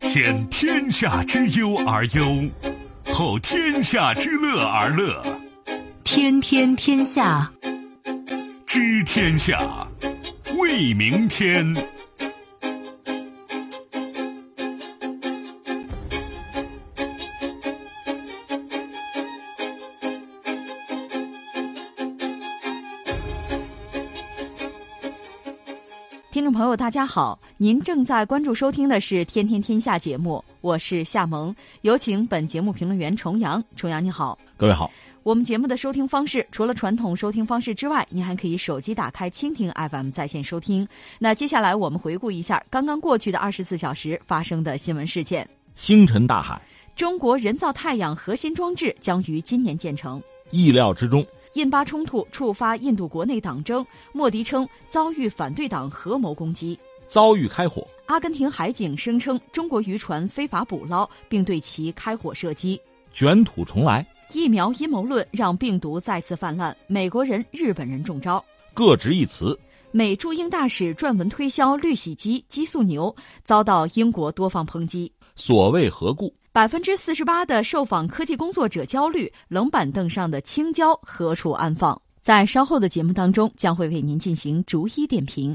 先天下之忧而忧，后天下之乐而乐。 天天天下， 知天下，为明天。 听众朋友大家好，您正在关注收听的是天天天下节目，我是夏萌，有请本节目评论员重阳。重阳你好。 各位好。 我们节目的收听方式除了传统收听方式之外，您还可以手机打开蜻蜓 FM 在线收听。那接下来我们回顾一下刚刚过去的24小时发生的新闻事件。 星辰大海， 中国人造太阳核心装置将于今年建成。 意料之中。 印巴冲突触发印度国内党争，莫迪称遭遇反对党合谋攻击。 遭遇开火。 阿根廷海警声称中国渔船非法捕捞，并对其开火射击。 卷土重来。 疫苗阴谋论让病毒再次泛滥，美国人、日本人中招。 各执一词。 美驻英大使撰文推销氯洗机、激素牛，遭到英国多方抨击。 所谓何故 ？48%的受访科技工作者焦虑，冷板凳上的青椒何处安放？在稍后的节目当中，将会为您进行逐一点评。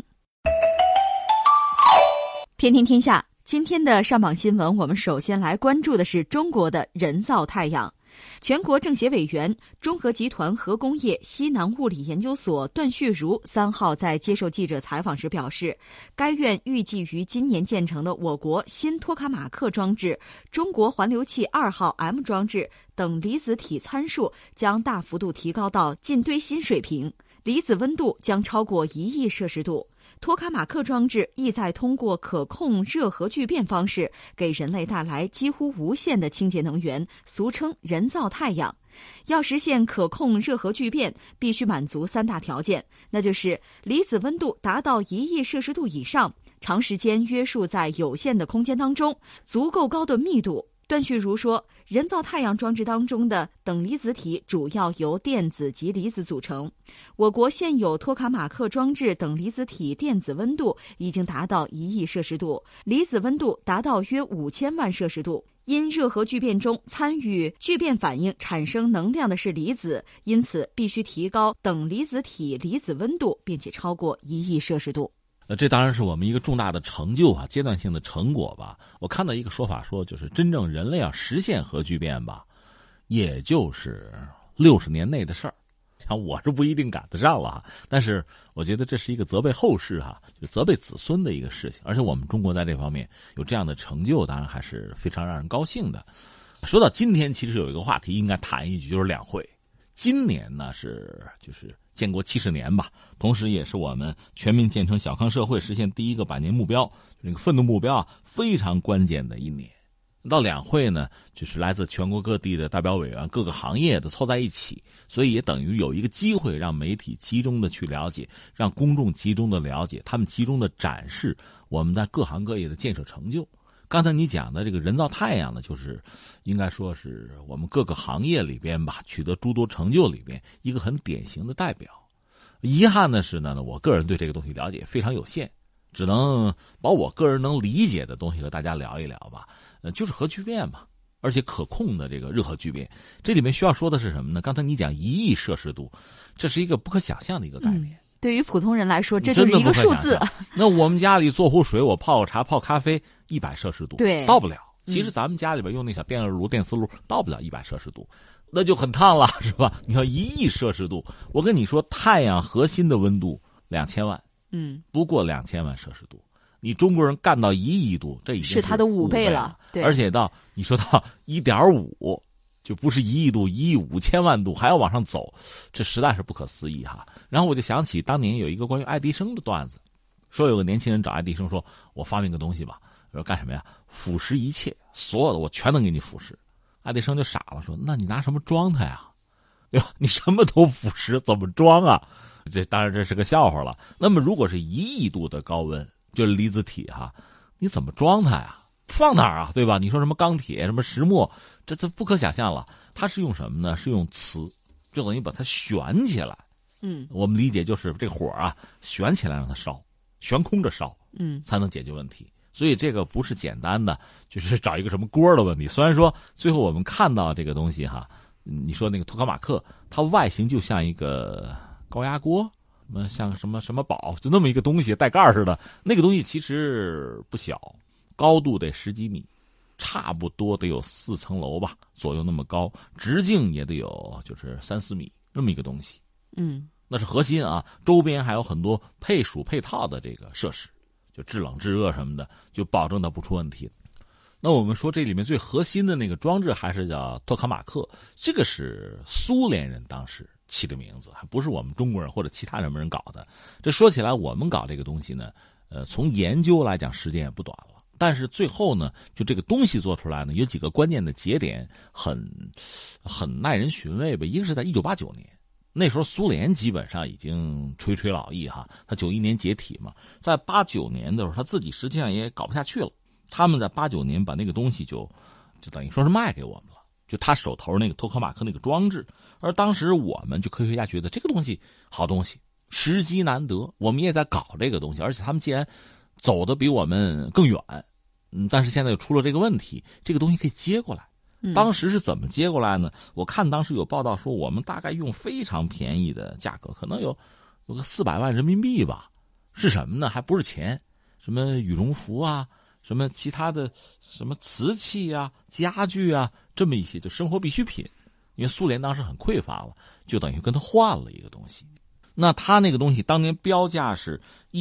天天天下，今天的上榜新闻，我们首先来关注的是中国的人造太阳。全国政协委员、中核集团核工业西南物理研究所段旭如3号在接受记者采访时表示，该院预计于今年建成的我国新托卡马克装置、中国环流器2号 M 装置等离子体参数将大幅度提高到近堆新水平，离子温度将超过1亿摄氏度。托卡马克装置意在通过可控热核聚变方式给人类带来几乎无限的清洁能源，俗称人造太阳。要实现可控热核聚变，必须满足3大条件，那就是离子温度达到1亿摄氏度以上，长时间约束在有限的空间当中，足够高的密度。段旭如说，人造太阳装置当中的等离子体主要由电子及离子组成。我国现有托卡马克装置等离子体电子温度已经达到1亿摄氏度，离子温度达到约5000万摄氏度。因热核聚变中参与聚变反应产生能量的是离子，因此必须提高等离子体离子温度，并且超过1亿摄氏度。 这当然是我们一个重大的成就啊，阶段性的成果吧。我看到一个说法说，就是真正人类要实现核聚变吧，也就是60年内的事儿。像我是不一定赶得上了，但是我觉得这是一个责备后世就责备子孙的一个事情。而且我们中国在这方面有这样的成就，当然还是非常让人高兴的。说到今天，其实有一个话题应该谈一句，就是两会。今年呢就是建国70年吧，同时也是我们全面建成小康社会、实现第一个100年目标那个奋斗目标非常关键的一年。到两会呢，就是来自全国各地的代表委员、各个行业的凑在一起，所以也等于有一个机会让媒体集中的去了解，让公众集中的了解，他们集中的展示我们在各行各业的建设成就。刚才你讲的这个人造太阳呢，就是应该说是我们各个行业里边吧，取得诸多成就里边一个很典型的代表。遗憾的是呢，我个人对这个东西了解非常有限，只能把我个人能理解的东西和大家聊一聊吧。就是核聚变嘛，而且可控的这个热核聚变，这里面需要说的是什么呢？刚才你讲1亿摄氏度，这是一个不可想象的一个概念。 对于普通人来说，这就是一个数字。 那我们家里做壶水，我泡个茶、泡咖啡，100摄氏度， 对， 到不了。其实咱们家里边用那小电热炉、电磁炉，到不了100摄氏度，那就很烫了，是吧？你看1亿摄氏度，我跟你说，太阳核心的温度2000万，不过2000万摄氏度。你中国人干到1亿度，这已经是它的5倍了。对， 而且你说到1.5。就不是1亿度，1亿5000万度还要往上走，这实在是不可思议哈。然后我就想起当年有一个关于爱迪生的段子，说有个年轻人找爱迪生说，我发明个东西吧，说干什么呀？腐蚀一切，所有的我全能给你腐蚀。爱迪生就傻了，说那你拿什么装它呀？对吧？你什么都腐蚀，怎么装啊？这当然这是个笑话了。那么如果是1亿度的高温，就是离子体你怎么装它呀？放哪儿啊？对吧？你说什么钢铁、什么石墨，这不可想象了。它是用什么呢？是用磁，就等于把它悬起来。我们理解就是这火悬起来让它烧，悬空着烧，才能解决问题。 所以这个不是简单的就是找一个什么锅的问题。虽然说最后我们看到这个东西哈，你说那个托卡马克，它外形就像一个高压锅，像什么宝，就那么一个东西带盖似的。那个东西其实不小，高度得10几米，差不多得有4层楼吧左右那么高，直径也得有就是3、4米那么一个东西。那是核心啊，周边还有很多配属配套的这个设施，就制冷制热什么的，就保证它不出问题。那我们说这里面最核心的那个装置还是叫托卡马克，这个是苏联人当时起的名字，还不是我们中国人或者其他人搞的。这说起来我们搞这个东西呢，从研究来讲时间也不短了，但是最后呢，就这个东西做出来呢，有几个关键的节点很耐人寻味吧。一个是在1989年，那时候苏联基本上已经垂垂老矣哈，他91年解体嘛，在89年的时候他自己实际上也搞不下去了，他们在89年把那个东西就等于说是卖给我们了，就他手头那个托克马克那个装置。而当时我们就科学家觉得这个东西好东西，时机难得，我们也在搞这个东西，而且他们既然走得比我们更远，但是现在又出了这个问题，这个东西可以接过来。当时是怎么接过来呢？我看当时有报道说，我们大概用非常便宜的价格，可能有个400万人民币吧。是什么呢？还不是钱，什么羽绒服啊，什么其他的什么瓷器啊、家具啊，这么一些就生活必需品。因为苏联当时很匮乏了，就等于跟他换了一个东西。那他那个东西当年标价是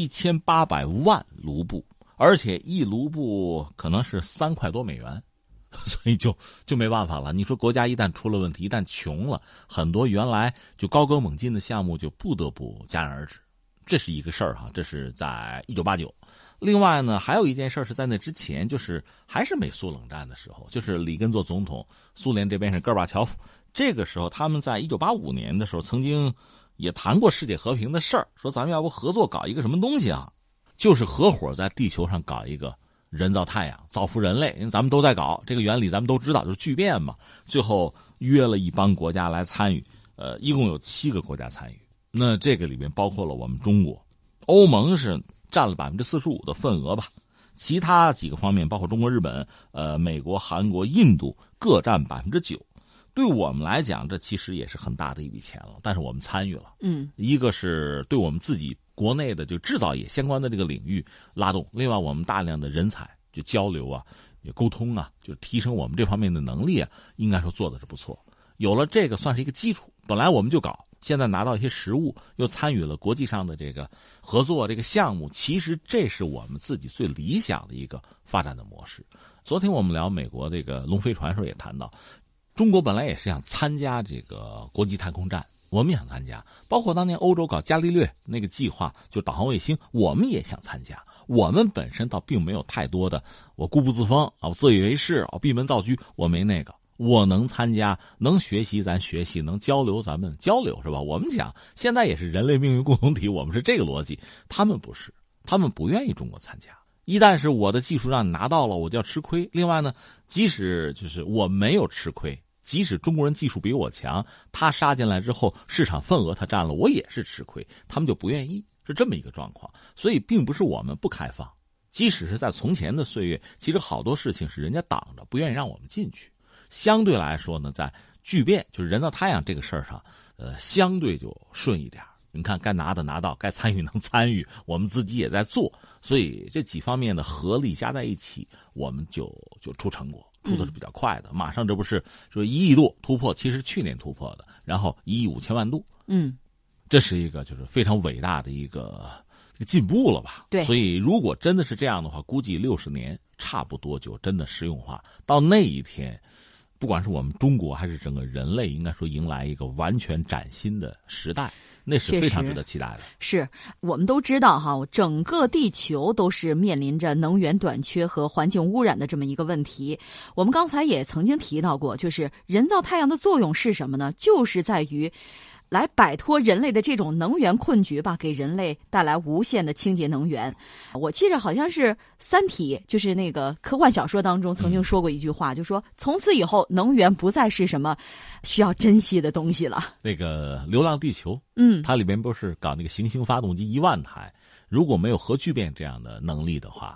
1800万卢布，而且1卢布可能是3块多美元。所以就没办法了。你说国家一旦出了问题，一旦穷了，很多原来就高歌猛进的项目就不得不戛然而止，这是一个事儿哈。这是在1989。另外呢，还有一件事是在那之前，就是还是美苏冷战的时候，就是里根做总统，苏联这边是戈尔巴乔夫。这个时候他们在1985年的时候曾经也谈过世界和平的事儿，说咱们要不合作搞一个什么东西啊，就是合伙在地球上搞一个人造太阳，造福人类。因为咱们都在搞这个原理，咱们都知道，就是聚变嘛。最后约了一帮国家来参与，一共有7个国家参与。那这个里面包括了我们中国，欧盟是占了45%的份额吧，其他几个方面包括中国、日本、美国、韩国、印度各占9%。对我们来讲，这其实也是很大的一笔钱了，但是我们参与了。一个是对我们自己国内的就制造业相关的这个领域拉动，另外我们大量的人才就交流啊，也沟通啊，就提升我们这方面的能力啊，应该说做的是不错。有了这个算是一个基础，本来我们就搞，现在拿到一些实物，又参与了国际上的这个合作这个项目，其实这是我们自己最理想的一个发展的模式。昨天我们聊美国这个龙飞船的时候也谈到，中国本来也是想参加这个国际太空站，我们也想参加，包括当年欧洲搞伽利略那个计划，就导航卫星，我们也想参加。我们本身倒并没有太多的我固步自封啊，我自以为是啊，闭门造车，我没那个。我能参加，能学习咱学习，能交流咱们交流，是吧？我们讲现在也是人类命运共同体，我们是这个逻辑，他们不是，他们不愿意中国参加。一旦是我的技术让你拿到了，我就要吃亏。另外呢，即使就是我没有吃亏，即使中国人技术比我强，他杀进来之后市场份额他占了，我也是吃亏，他们就不愿意，是这么一个状况。所以并不是我们不开放，即使是在从前的岁月，其实好多事情是人家挡着，不愿意让我们进去。相对来说呢，在聚变就是人造太阳这个事儿上，相对就顺一点。你看该拿的拿到，该参与能参与，我们自己也在做，所以这几方面的合力加在一起，我们就出成果，出的是比较快的。马上这不是说1亿度突破，其实去年突破的，然后1亿5千万度，这是一个就是非常伟大的一个进步了吧？ 对， 所以如果真的是这样的话，估计60年差不多就真的实用化。到那一天，不管是我们中国还是整个人类，应该说迎来一个完全崭新的时代，那是非常值得期待的。 是我们都知道哈，整个地球都是面临着能源短缺和环境污染的这么一个问题。我们刚才也曾经提到过，就是人造太阳的作用是什么呢？就是在于来摆脱人类的这种能源困局吧，给人类带来无限的清洁能源。我记着好像是《三体》，就是那个科幻小说当中曾经说过一句话，就说从此以后能源不再是什么需要珍惜的东西了。 那个《流浪地球》，它里边不是搞那个行星发动机1万台，如果没有核聚变这样的能力的话，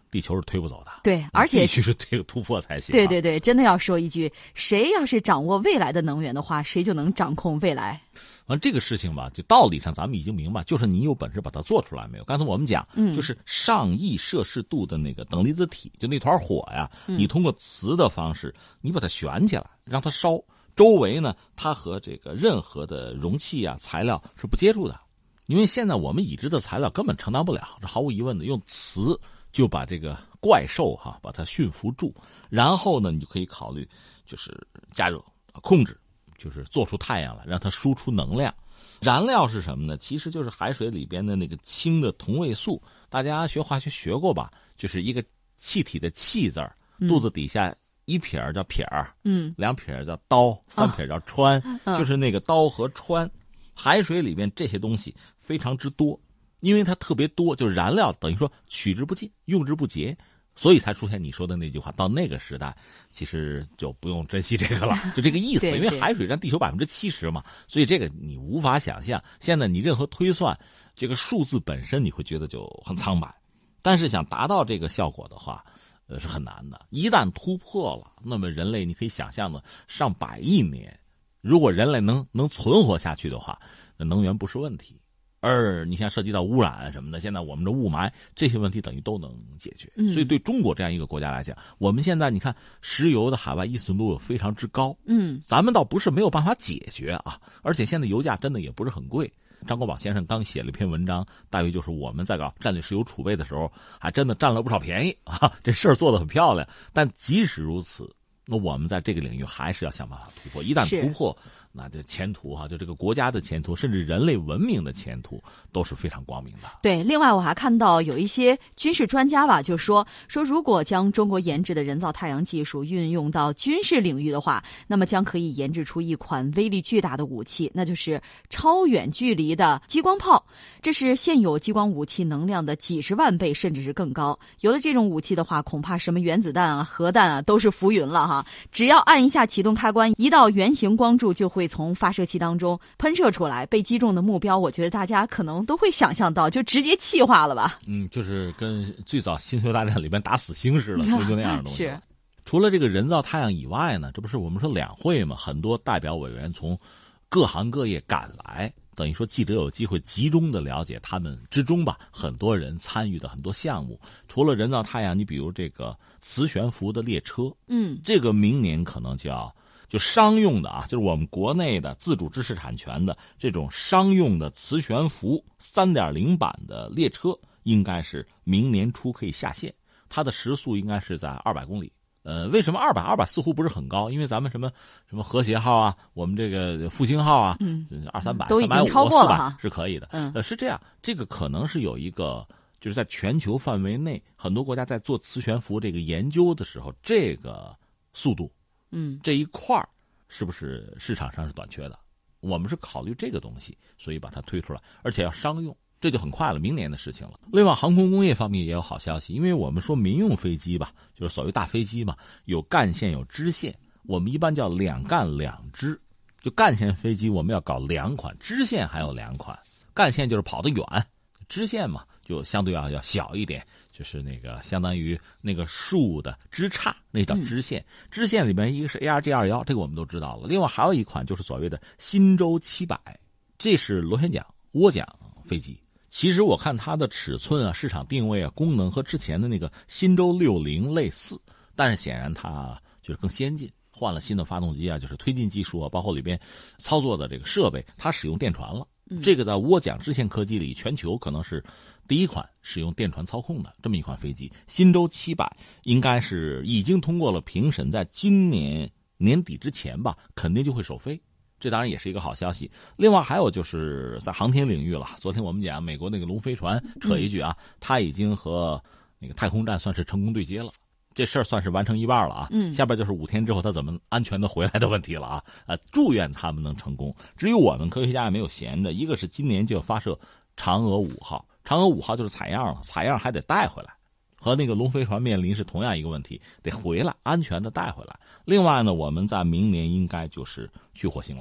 地球是推不走的。 对，而且必须是这个突破才行。 对，真的要说一句，谁要是掌握未来的能源的话，谁就能掌控未来。 这个事情吧，就道理上咱们已经明白，就是你有本事把它做出来没有？刚才我们讲，就是上亿摄氏度的那个等离子体，就那团火呀，你通过磁的方式，你把它旋起来，让它烧，周围呢，它和这个任何的容器啊、材料是不接触的，因为现在我们已知的材料根本承担不了，这毫无疑问的，用磁就把这个怪兽把它驯服住，然后呢，你就可以考虑就是加热控制。就是做出太阳来，让它输出能量。燃料是什么呢？其实就是海水里边的那个氢的同位素。大家学化学学过吧？就是一个气体的气字儿，肚子底下一撇叫撇儿，两撇叫刀，三撇叫穿，就是那个刀和穿。海水里边这些东西非常之多，因为它特别多，就是燃料等于说取之不尽，用之不竭。所以才出现你说的那句话，到那个时代，其实就不用珍惜这个了，就这个意思。因为海水占地球70%嘛，所以这个你无法想象。现在你任何推算，这个数字本身你会觉得就很苍白，但是想达到这个效果的话，是很难的。一旦突破了，那么人类你可以想象的上百亿年，如果人类能存活下去的话，那能源不是问题。而你像涉及到污染什么的，现在我们的雾霾这些问题等于都能解决。所以对中国这样一个国家来讲，我们现在你看石油的海外依存度非常之高，咱们倒不是没有办法解决啊，而且现在油价真的也不是很贵。张国宝先生刚写了一篇文章，大约就是我们在搞战略石油储备的时候，还真的占了不少便宜啊，这事儿做得很漂亮。但即使如此，那我们在这个领域还是要想办法突破。一旦突破，那这前途就这个国家的前途，甚至人类文明的前途都是非常光明的。 对，另外我还看到有一些军事专家吧，就说如果将中国研制的人造太阳技术运用到军事领域的话，那么将可以研制出一款威力巨大的武器，那就是超远距离的激光炮。这是现有激光武器能量的几十万倍，甚至是更高。有了这种武器的话，恐怕什么原子弹啊、核弹啊都是浮云了哈。只要按一下启动开关，一道圆形光柱就会从发射器当中喷射出来，被击中的目标，我觉得大家可能都会想象到，就直接气化了吧。 就是跟最早星球大战里边打死星似的，就那样的东西。 是。 除了这个人造太阳以外呢，这不是我们说两会嘛，很多代表委员从各行各业赶来，等于说记者有机会集中的了解他们之中吧，很多人参与的很多项目。除了人造太阳，你比如这个磁悬浮的列车，这个明年可能就商用的就是我们国内的自主知识产权的这种商用的磁悬浮 3.0 版的列车，应该是明年初可以下线，它的时速应该是在200公里。为什么200似乎不是很高？因为咱们什么和谐号啊，我们这个复兴号啊，200-300 都已经超过了哈， 是可以的。是这样，这个可能是有一个，就是在全球范围内，很多国家在做磁悬浮这个研究的时候，这个速度，这一块是不是市场上是短缺的？我们是考虑这个东西，所以把它推出来，而且要商用。这就很快了，明年的事情了。另外，航空工业方面也有好消息，因为我们说民用飞机吧，就是所谓大飞机嘛，有干线有支线，我们一般叫两干两支。就干线飞机我们要搞2款，支线还有2款。干线就是跑得远，支线嘛就相对要小一点，就是那个相当于那个树的枝杈，那叫支线。支线里面一个是 ARJ21，这个我们都知道了。另外还有一款就是所谓的新舟700，这是螺旋桨涡桨飞机。其实我看它的尺寸市场定位功能和之前的那个新舟60类似，但是显然它就是更先进，换了新的发动机就是推进技术包括里边操作的这个设备，它使用电传了。这个在涡桨支线科技里，全球可能是第一款使用电传操控的这么一款飞机。新舟700应该是已经通过了评审，在今年年底之前吧，肯定就会首飞。这当然也是一个好消息。另外还有就是在航天领域了，昨天我们讲美国那个龙飞船，扯一句它已经和那个太空站算是成功对接了，这事儿算是完成一半了下边就是5天之后它怎么安全的回来的问题了祝愿他们能成功。至于我们科学家也没有闲着，一个是今年就要发射嫦娥5号，嫦娥5号就是采样了，采样还得带回来，和那个龙飞船面临是同样一个问题，得回来安全的带回来。另外呢，我们在明年应该就是去火星了，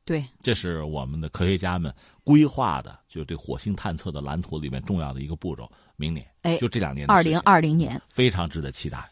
对， 这是我们的科学家们规划的，就是对火星探测的蓝图里面重要的一个步骤。明年，就这2年的 2020年， 非常值得期待。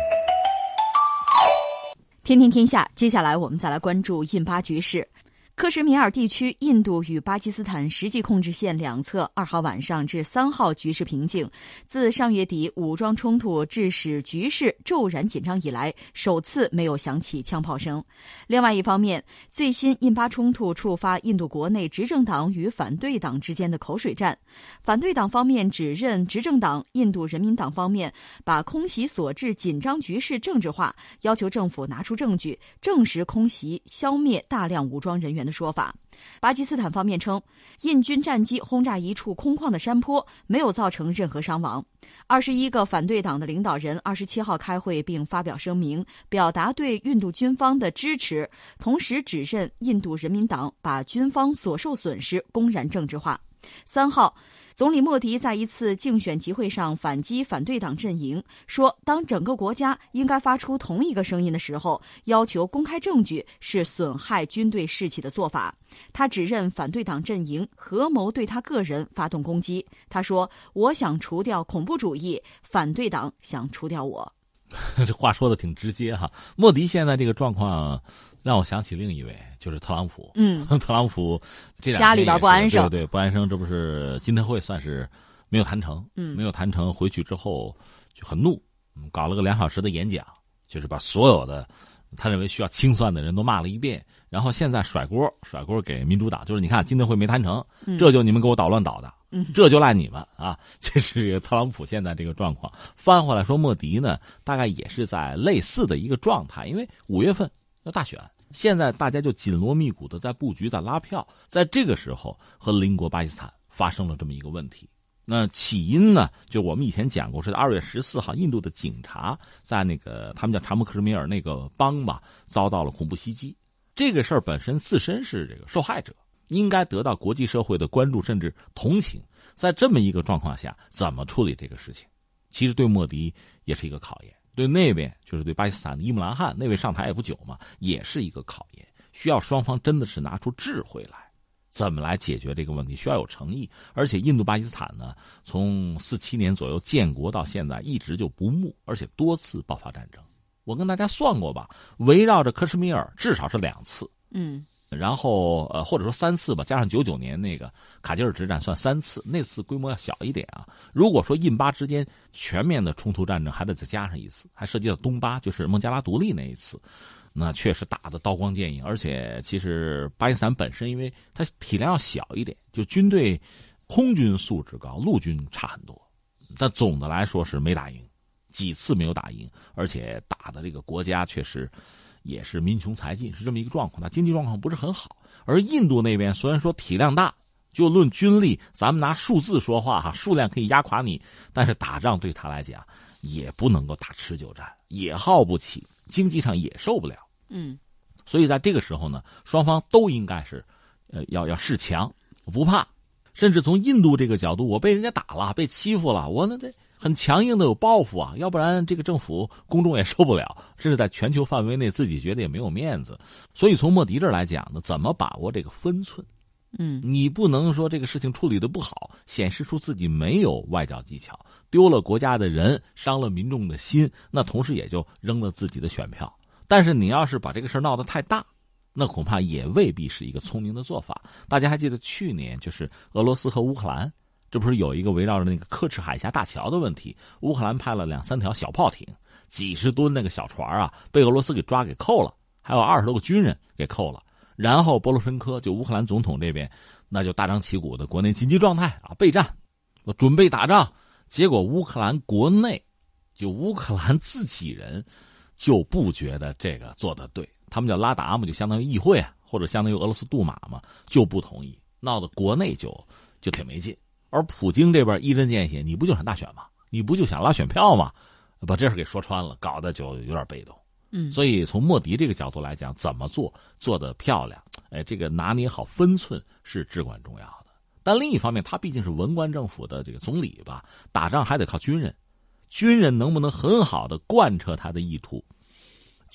天天天下，接下来我们再来关注印巴局势。克什米尔地区印度与巴基斯坦实际控制线两侧2号晚上至3号局势平静，自上月底武装冲突致使局势骤然紧张以来，首次没有响起枪炮声。另外一方面，最新印巴冲突触发印度国内执政党与反对党之间的口水战。反对党方面指认执政党印度人民党方面把空袭所致紧张局势政治化，要求政府拿出证据证实空袭消灭大量武装人员的说法。巴基斯坦方面称，印军战机轰炸一处空旷的山坡，没有造成任何伤亡。21个反对党的领导人27号开会并发表声明，表达对印度军方的支持，同时指认印度人民党把军方所受损失公然政治化。3号，总理莫迪在一次竞选集会上反击反对党阵营，说当整个国家应该发出同一个声音的时候，要求公开证据是损害军队士气的做法。他指认反对党阵营合谋对他个人发动攻击。他说，我想除掉恐怖主义，反对党想除掉我。 这话说的挺直接哈。莫迪现在这个状况让我想起另一位，就是特朗普。特朗普这2天家里边不安生， 对，不安生。这不是金特会算是没有谈成，没有谈成，回去之后就很怒，搞了个2小时的演讲，就是把所有的他认为需要清算的人都骂了一遍，然后现在甩锅给民主党，就是你看金特会没谈成，这就你们给我捣乱捣的。这就赖你们啊！这是特朗普现在这个状况。翻回来说，莫迪呢，大概也是在类似的一个状态，因为5月份要大选，现在大家就紧锣密鼓的在布局，在拉票，在这个时候和邻国巴基斯坦发生了这么一个问题。那起因呢，就我们以前讲过，是2月14号，印度的警察在那个他们叫查姆克什米尔那个邦吧，遭到了恐怖袭击。这个事儿本身自身是这个受害者，应该得到国际社会的关注甚至同情。在这么一个状况下，怎么处理这个事情，其实对莫迪也是一个考验，对那边就是对巴基斯坦的伊姆兰汗那位上台也不久嘛，也是一个考验，需要双方真的是拿出智慧来，怎么来解决这个问题，需要有诚意。而且印度巴基斯坦呢，从47年左右建国到现在一直就不睦，而且多次爆发战争。我跟大家算过吧，围绕着克什米尔至少是2次，然后或者说3次吧，加上99年那个卡吉尔之战算3次，那次规模要小一点啊。如果说印巴之间全面的冲突战争还得再加上1次，还涉及到东巴，就是孟加拉独立那一次，那确实打得刀光剑影。而且其实巴基斯坦本身因为它体量要小一点，就军队空军素质高，陆军差很多，但总的来说是没打赢，几次没有打赢，而且打的这个国家确实也是民穷财尽，是这么一个状况，那经济状况不是很好。而印度那边虽然说体量大，就论军力，咱们拿数字说话哈，数量可以压垮你，但是打仗对他来讲也不能够打持久战，也耗不起，经济上也受不了。所以在这个时候呢，双方都应该是要示强，不怕。甚至从印度这个角度，我被人家打了，被欺负了，我那得很强硬的有报复啊，要不然这个政府公众也受不了，甚至在全球范围内自己觉得也没有面子。所以从莫迪这儿来讲呢，怎么把握这个分寸？你不能说这个事情处理的不好，显示出自己没有外交技巧，丢了国家的人，伤了民众的心，那同时也就扔了自己的选票。但是你要是把这个事闹得太大，那恐怕也未必是一个聪明的做法。大家还记得去年就是俄罗斯和乌克兰，这不是有一个围绕着那个刻赤海峡大桥的问题，乌克兰派了2-3条小炮艇，几十吨那个小船啊，被俄罗斯给抓给扣了，还有20多个军人给扣了。然后波罗申科就乌克兰总统这边，那就大张旗鼓的国内紧急状态啊，备战，我准备打仗。结果乌克兰国内，就乌克兰自己人就不觉得这个做得对，他们叫拉达嘛，就相当于议会啊，或者相当于俄罗斯杜马嘛，就不同意，闹得国内就挺没劲。而普京这边一针见血，你不就想大选吗？你不就想拉选票吗？把这事给说穿了，搞得就有点被动。所以从莫迪这个角度来讲，怎么做得漂亮，这个拿捏好分寸是至关重要的。但另一方面，他毕竟是文官政府的这个总理吧，打仗还得靠军人，军人能不能很好的贯彻他的意图，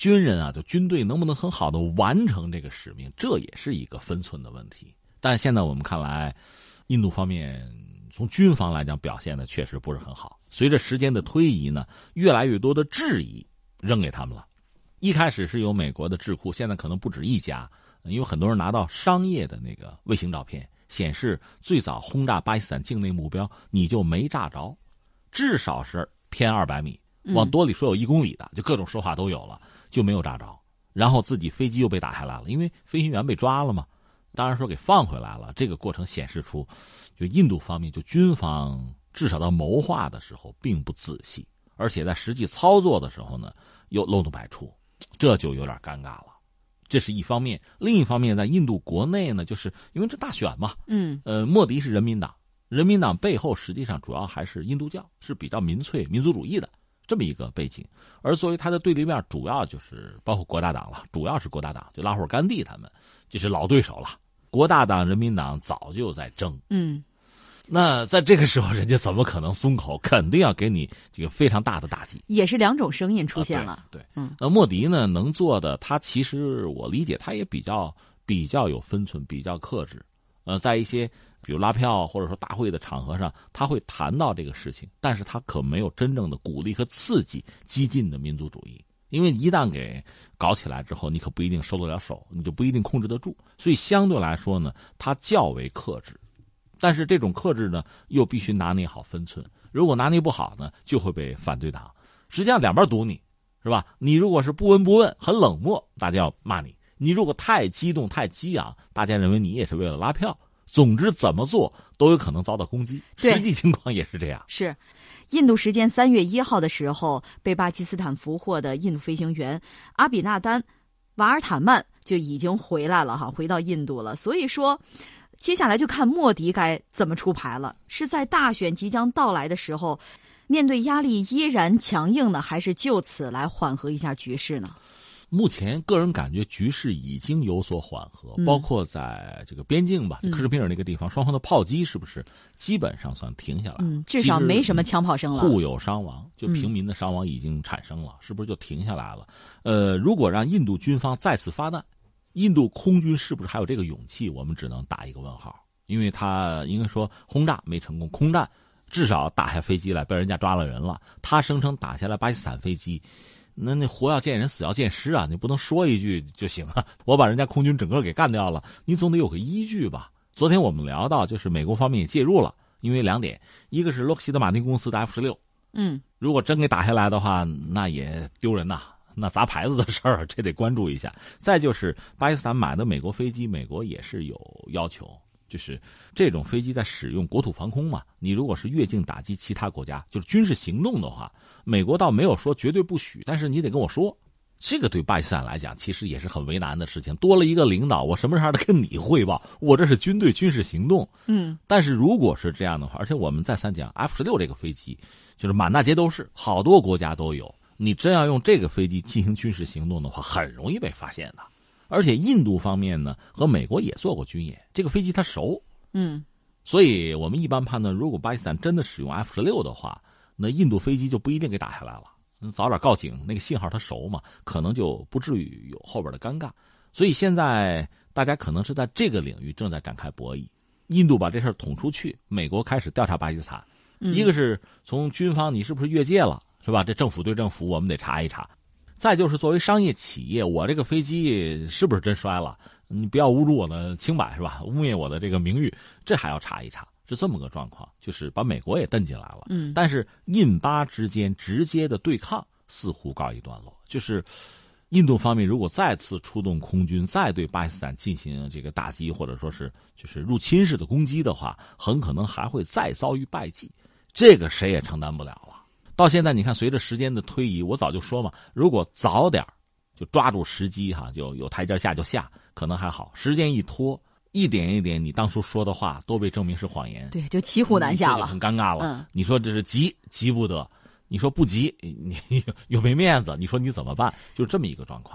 军人啊，就军队能不能很好的完成这个使命，这也是一个分寸的问题。但现在我们看来，印度方面从军方来讲表现的确实不是很好。随着时间的推移呢，越来越多的质疑扔给他们了。一开始是有美国的智库，现在可能不止一家，因为很多人拿到商业的那个卫星照片，显示最早轰炸巴基斯坦境内目标你就没炸着，至少是偏200米，往多里说有1公里的，就各种说法都有了，就没有炸着。然后自己飞机又被打下来了，因为飞行员被抓了嘛，当然说给放回来了。这个过程显示出，就印度方面就军方至少到谋划的时候并不仔细，而且在实际操作的时候呢又漏洞百出，这就有点尴尬了。这是一方面，另一方面在印度国内呢，就是因为这大选嘛，莫迪是人民党，人民党背后实际上主要还是印度教，是比较民粹民族主义的这么一个背景。而作为他的对立面，主要就是包括国大党了，主要是国大党，就拉霍尔甘地他们就是老对手了。国大党人民党早就在争，那在这个时候人家怎么可能松口，肯定要给你这个非常大的打击。 也是两种声音出现了。 对，那莫迪呢能做的，他其实我理解他也比较有分寸，比较克制。在一些比如拉票或者说大会的场合上，他会谈到这个事情，但是他可没有真正的鼓励和刺激激进的民族主义。因为一旦给搞起来之后，你可不一定收得了手，你就不一定控制得住。所以相对来说呢，他较为克制。但是这种克制呢，又必须拿捏好分寸。如果拿捏不好呢，就会被反对党。实际上两边堵你，是吧？你如果是不闻不问，很冷漠，大家要骂你；你如果太激动、太激昂，大家认为你也是为了拉票。总之，怎么做都有可能遭到攻击。实际情况也是这样。 是，印度时间3月1号的时候，被巴基斯坦俘获的印度飞行员阿比纳丹·瓦尔坦曼就已经回来了回到印度了。所以说，接下来就看莫迪该怎么出牌了。是在大选即将到来的时候，面对压力依然强硬呢，还是就此来缓和一下局势呢？ 目前个人感觉局势已经有所缓和，包括在这个边境吧，克什米尔那个地方，双方的炮击是不是基本上算停下来了？ 至少没什么枪炮声了。 互有伤亡，就平民的伤亡已经产生了，是不是就停下来了？如果让印度军方再次发难，印度空军是不是还有这个勇气？我们只能打一个问号，因为他应该说轰炸没成功，空战至少打下飞机来，被人家抓了人了。他声称打下来巴基斯坦飞机。那活要见人，死要见尸啊！你不能说一句就行了，我把人家空军整个给干掉了，你总得有个依据吧？昨天我们聊到，就是美国方面也介入了，因为2点，一个是洛克希德马丁公司的 F-16，如果真给打下来的话，那也丢人呐，那砸牌子的事儿，这得关注一下。再就是巴基斯坦买的美国飞机，美国也是有要求。就是这种飞机在使用国土防空嘛，你如果是越境打击其他国家，就是军事行动的话，美国倒没有说绝对不许，但是你得跟我说。这个对巴基斯坦来讲其实也是很为难的事情，多了一个领导，我什么时候得跟你汇报？我这是军队军事行动。但是如果是这样的话，而且我们再三讲 F-16这个飞机就是满大街都是，好多国家都有，你真要用这个飞机进行军事行动的话，很容易被发现的。而且印度方面呢，和美国也做过军演，这个飞机它熟，所以我们一般判断，如果巴基斯坦真的使用 F-16的话，那印度飞机就不一定给打下来了。早点告警，那个信号它熟嘛，可能就不至于有后边的尴尬。所以现在大家可能是在这个领域正在展开博弈。印度把这事儿捅出去，美国开始调查巴基斯坦，一个是从军方你是不是越界了，是吧？这政府对政府我们得查一查。再就是作为商业企业，我这个飞机是不是真摔了？你不要侮辱我的清白，是吧？污蔑我的这个名誉，这还要查一查，是这么个状况。就是把美国也蹬进来了。但是印巴之间直接的对抗似乎告一段落。就是印度方面如果再次出动空军，再对巴基斯坦进行这个打击，或者说是就是入侵式的攻击的话，很可能还会再遭遇败绩，这个谁也承担不了了。到现在你看，随着时间的推移，我早就说嘛，如果早点就抓住时机就有台阶下就下，可能还好。时间一拖，一点一点，你当初说的话都被证明是谎言， 对，就骑虎难下了， 这就很尴尬了。你说这是急不得，你说不急，你又没面子，你说你怎么办？就这么一个状况。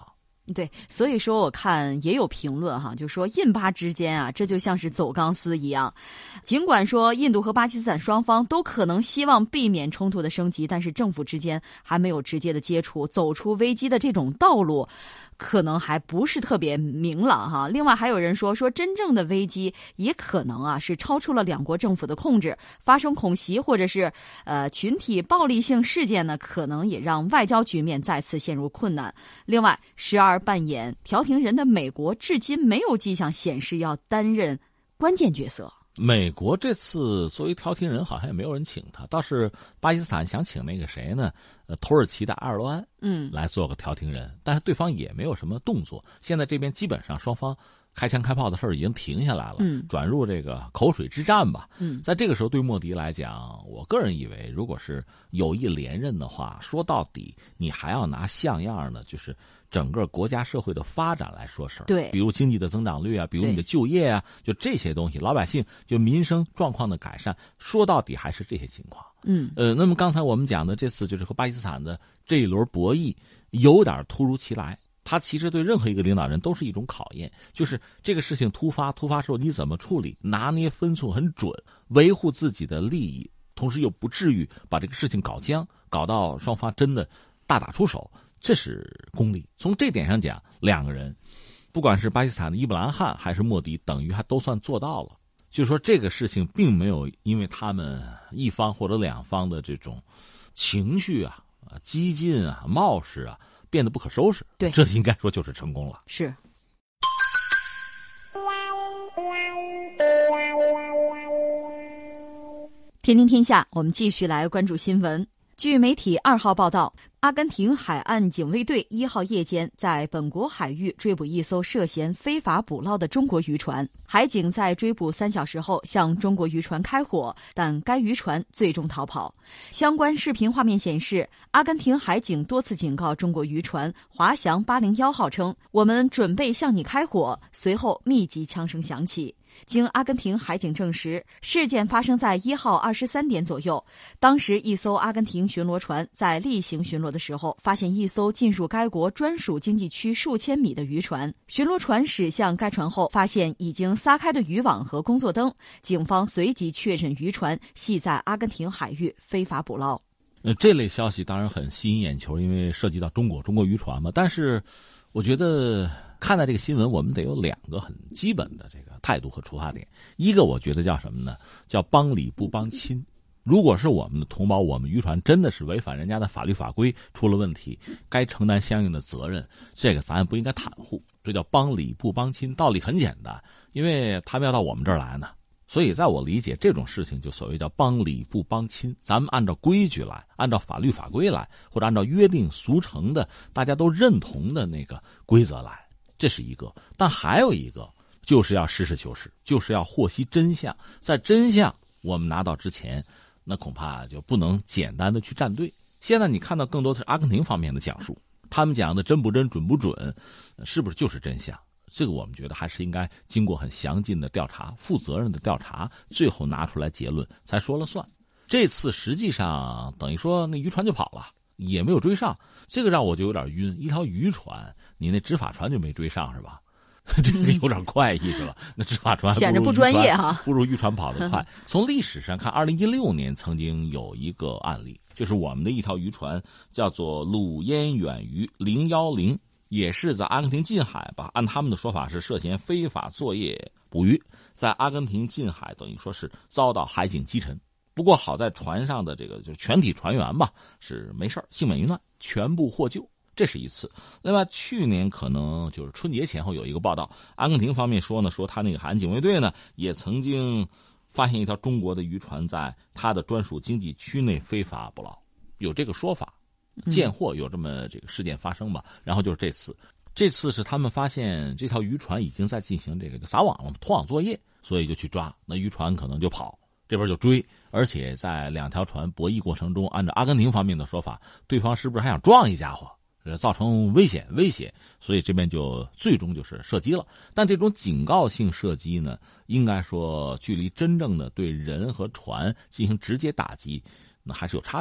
对，所以说我看也有评论哈，就说印巴之间啊，这就像是走钢丝一样。尽管说印度和巴基斯坦双方都可能希望避免冲突的升级，但是政府之间还没有直接的接触，走出危机的这种道路可能还不是特别明朗哈。另外还有人说真正的危机也可能啊是超出了两国政府的控制，发生恐袭或者是群体暴力性事件呢，可能也让外交局面再次陷入困难。另外，时而扮演调停人的美国至今没有迹象显示要担任关键角色。 美国这次作为调停人好像也没有人请他，倒是巴基斯坦想请那个谁呢？土耳其的埃尔多安来做个调停人，但是对方也没有什么动作。现在这边基本上双方开枪开炮的事儿已经停下来了，转入这个口水之战吧。在这个时候对莫迪来讲，我个人以为如果是有意连任的话，说到底你还要拿像样的就是整个国家社会的发展来说事儿， 对， 比如经济的增长率啊，比如你的就业啊，就这些东西，老百姓就民生状况的改善，说到底还是这些情况。那么刚才我们讲的这次就是和巴基斯坦的这一轮博弈有点突如其来，它其实对任何一个领导人都是一种考验，就是这个事情突发之后你怎么处理，拿捏分寸很准，维护自己的利益，同时又不至于把这个事情搞僵，搞到双方真的大打出手，这是功力。从这点上讲，两个人不管是巴基斯坦的伊姆兰汗还是莫迪，等于还都算做到了。就是说这个事情并没有因为他们一方或者两方的这种情绪啊、激进啊、冒失啊变得不可收拾， 对， 这应该说就是成功了。 是。天天天下，我们继续来关注新闻。据媒体2号报道，阿根廷海岸警卫队1号夜间在本国海域追捕一艘涉嫌非法捕捞的中国渔船。海警在追捕3小时后向中国渔船开火，但该渔船最终逃跑。相关视频画面显示，阿根廷海警多次警告中国渔船滑翔801号称：“我们准备向你开火。”随后密集枪声响起。经阿根廷海警证实，事件发生在1号23点左右。当时，一艘阿根廷巡逻船在例行巡逻的时候，发现一艘进入该国专属经济区数千米的渔船。巡逻船驶向该船后，发现已经撒开的渔网和工作灯。警方随即确认渔船系在阿根廷海域非法捕捞。 这类消息当然很吸引眼球，因为涉及到中国渔船嘛。但是，我觉得看待这个新闻，我们得有2个很基本的这个态度和出发点。一个我觉得叫什么呢？叫帮理不帮亲。如果是我们的同胞，我们渔船真的是违反人家的法律法规，出了问题，该承担相应的责任，这个咱也不应该袒护。这叫帮理不帮亲，道理很简单，因为他们要到我们这儿来呢。所以在我理解，这种事情就所谓叫帮理不帮亲，咱们按照规矩来，按照法律法规来，或者按照约定俗成的大家都认同的那个规则来，这是一个。但还有一个就是要实事求是，就是要获悉真相。在真相我们拿到之前，那恐怕就不能简单的去站队。现在你看到更多的是阿根廷方面的讲述，他们讲的真不真准不准，是不是就是真相，这个我们觉得还是应该经过很详尽的调查，负责任的调查，最后拿出来结论才说了算。这次实际上等于说那渔船就跑了，也没有追上，这个让我就有点晕。一条渔船，你那执法船就没追上是吧？这个有点怪异是吧？那执法船显着不专业哈， 不如渔船跑得快。从历史上看，2016年曾经有一个案例，就是我们的一条渔船叫做鲁烟远渔010，也是在阿根廷近海吧，按他们的说法是涉嫌非法作业捕鱼，在阿根廷近海等于说是遭到海警击沉。不过好在船上的这个就是全体船员吧是没事，幸免于难，全部获救。这是一次。另外，去年可能就是春节前后有一个报道，阿根廷方面说他那个海岸警卫队呢也曾经发现一条中国的渔船在他的专属经济区内非法捕捞，有这个说法，见货有这么这个事件发生吧。然后就是这次是他们发现这条渔船已经在进行这个撒网了，拖网作业，所以就去抓，那渔船可能就跑，这边就追，而且在2条船博弈过程中，按照阿根廷方面的说法，对方是不是还想撞一家伙，造成威胁，所以这边就最终就是射击了。但这种警告性射击呢，应该说距离真正的对人和船进行直接打击，那还是有差别。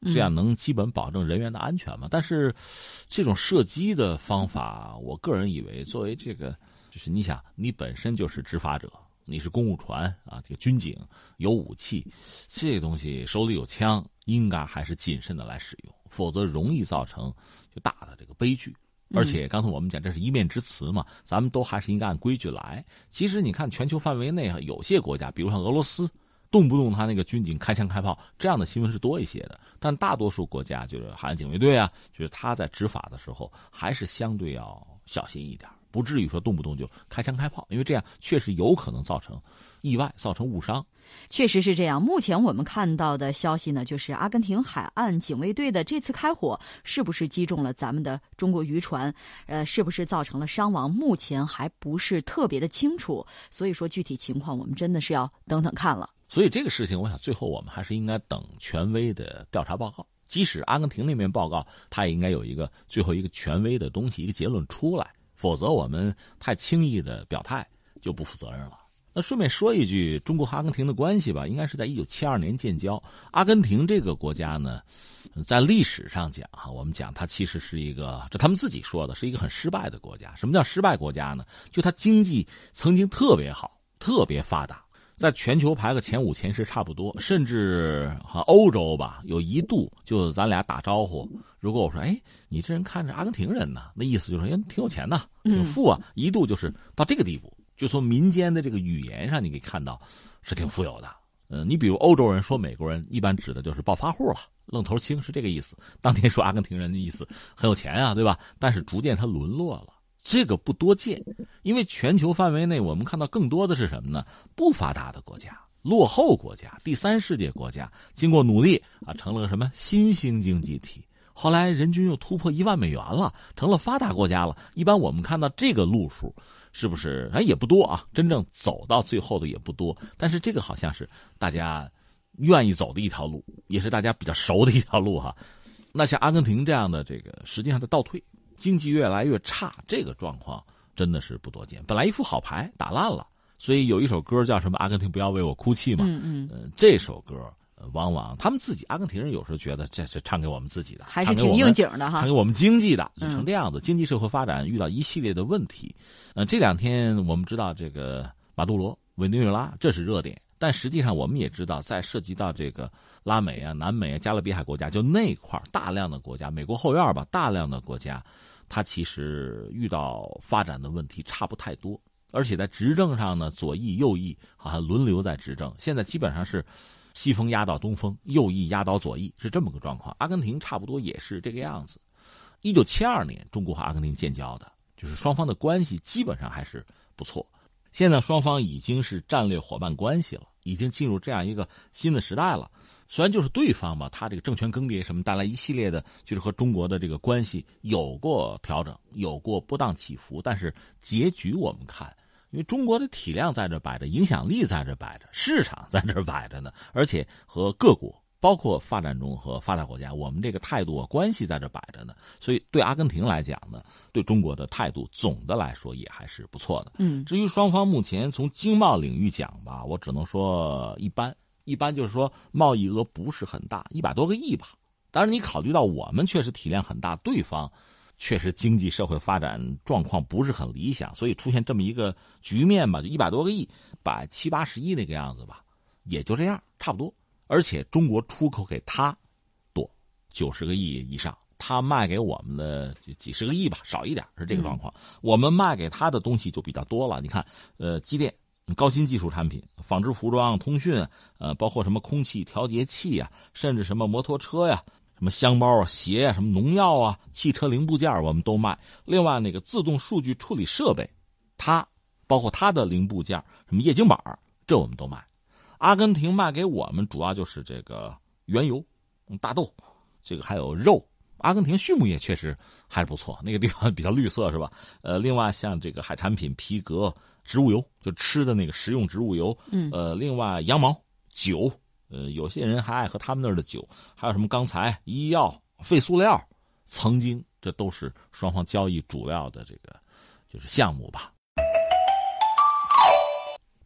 这样能基本保证人员的安全嘛。但是这种射击的方法，我个人以为作为这个，就是你想，你本身就是执法者，你是公务船啊，这个军警有武器，这个东西手里有枪，应该还是谨慎的来使用，否则容易造成就大的这个悲剧。而且刚才我们讲这是一面之词嘛，咱们都还是应该按规矩来。其实你看全球范围内有些国家，比如像俄罗斯，动不动他那个军警开枪开炮，这样的新闻是多一些的。但大多数国家就是海岸警卫队啊，就是他在执法的时候还是相对要小心一点，不至于说动不动就开枪开炮，因为这样确实有可能造成意外，造成误伤。 确实是这样。目前我们看到的消息呢，就是阿根廷海岸警卫队的这次开火是不是击中了咱们的中国渔船，是不是造成了伤亡，目前还不是特别的清楚。所以说具体情况我们真的是要等等看了。 所以这个事情我想最后我们还是应该等权威的调查报告，即使阿根廷那边报告，它也应该有一个最后一个权威的东西，一个结论出来，否则我们太轻易的表态就不负责任了。那顺便说一句，中国和阿根廷的关系吧，应该是在1972年建交。阿根廷这个国家呢，在历史上讲哈，我们讲它其实是一个，这他们自己说的是一个很失败的国家。什么叫失败国家呢？就它经济曾经特别好，特别发达，在全球排个前5、前10差不多，甚至欧洲吧，有一度就咱俩打招呼，如果我说你这人看着阿根廷人呢，那意思就是挺有钱呐，挺富啊，一度就是到这个地步。就从民间的这个语言上，你可以看到是挺富有的。你比如欧洲人说美国人，一般指的就是暴发户了，愣头青是这个意思。当年说阿根廷人的意思很有钱啊，对吧？但是逐渐他沦落了，这个不多见。因为全球范围内我们看到更多的是什么呢？不发达的国家、落后国家、第三世界国家，经过努力啊，成了个什么新兴经济体。后来人均又突破1万美元了，成了发达国家了。一般我们看到这个路数是不是也不多啊，真正走到最后的也不多，但是这个好像是大家愿意走的一条路，也是大家比较熟的一条路哈。那像阿根廷这样的这个实际上的倒退，经济越来越差，这个状况真的是不多见。本来一副好牌打烂了，所以有一首歌叫什么阿根廷不要为我哭泣嘛，这首歌往往他们自己阿根廷人有时候觉得这是唱给我们自己的， 还是挺应景的哈， 唱给我们经济的，就成这样子。经济社会发展遇到一系列的问题。这2天我们知道这个马杜罗、委内瑞拉这是热点，但实际上我们也知道，在涉及到这个拉美啊、南美啊、加勒比海国家，就那块大量的国家，美国后院吧，大量的国家，它其实遇到发展的问题差不太多，而且在执政上呢，左翼右翼好像轮流在执政，现在基本上是西风压倒东风，右翼压倒左翼，是这么个状况。阿根廷差不多也是这个样子。1972年中国和阿根廷建交的，就是双方的关系基本上还是不错。现在双方已经是战略伙伴关系了，已经进入这样一个新的时代了。虽然就是对方吧，他这个政权更迭什么带来一系列的，就是和中国的这个关系有过调整，有过波荡起伏，但是结局我们看，因为中国的体量在这摆着，影响力在这摆着，市场在这摆着呢，而且和各国包括发展中和发达国家，我们这个态度关系在这摆着呢，所以对阿根廷来讲呢，对中国的态度总的来说也还是不错的。至于双方目前从经贸领域讲吧，我只能说一般就是说贸易额不是很大，100多个亿吧。当然你考虑到我们确实体量很大，对方确实经济社会发展状况不是很理想，所以出现这么一个局面吧，就100多个亿，把70、80亿那个样子吧，也就这样差不多。而且中国出口给他多90个亿以上，他卖给我们的几十个亿吧，少一点是这个状况。我们卖给他的东西就比较多了。你看，机电、高新技术产品、纺织服装、通讯，包括什么空气调节器啊，甚至什么摩托车呀、什么箱包啊、鞋啊、什么农药啊、汽车零部件我们都卖。另外那个自动数据处理设备，它包括它的零部件，什么液晶板，这我们都卖。阿根廷卖给我们主要就是这个原油、大豆，这个还有肉。阿根廷畜牧业确实还是不错，那个地方比较绿色是吧？另外像这个海产品、皮革、植物油，就吃的那个食用植物油，另外羊毛、酒，有些人还爱喝他们那儿的酒，还有什么钢材、医药、废塑料，曾经这都是双方交易主要的这个就是项目吧。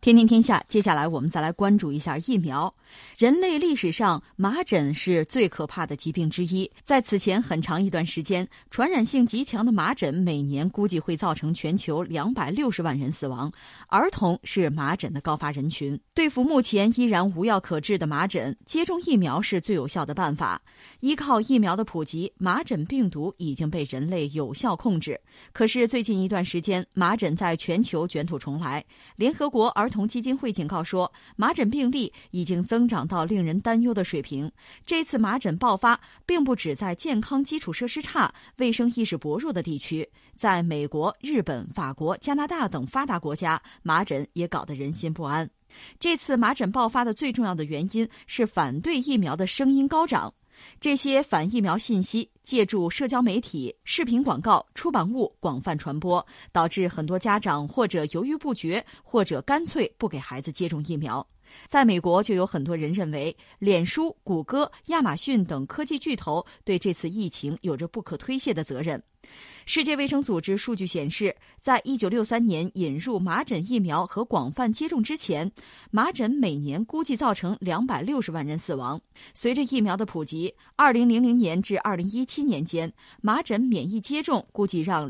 天天天下，接下来我们再来关注一下疫苗。人类历史上，麻疹是最可怕的疾病之一。在此前很长一段时间，传染性极强的麻疹每年估计会造成全球260万人死亡，儿童是麻疹的高发人群。对付目前依然无药可治的麻疹，接种疫苗是最有效的办法。依靠疫苗的普及，麻疹病毒已经被人类有效控制。可是最近一段时间，麻疹在全球卷土重来。联合国儿童基金会警告说，麻疹病例已经增长到令人担忧的水平。这次麻疹爆发并不只在健康基础设施差、卫生意识薄弱的地区，在美国、日本、法国、加拿大等发达国家，麻疹也搞得人心不安。这次麻疹爆发的最重要的原因是反对疫苗的声音高涨。这些反疫苗信息借助社交媒体、视频广告、出版物广泛传播，导致很多家长或者犹豫不决，或者干脆不给孩子接种疫苗。在美国，就有很多人认为，脸书、谷歌、亚马逊等科技巨头对这次疫情有着不可推卸的责任。世界卫生组织数据显示，在1963年引入麻疹疫苗和广泛接种之前，麻疹每年估计造成260万人死亡。随着疫苗的普及，2000年至2017年间，麻疹免疫接种估计让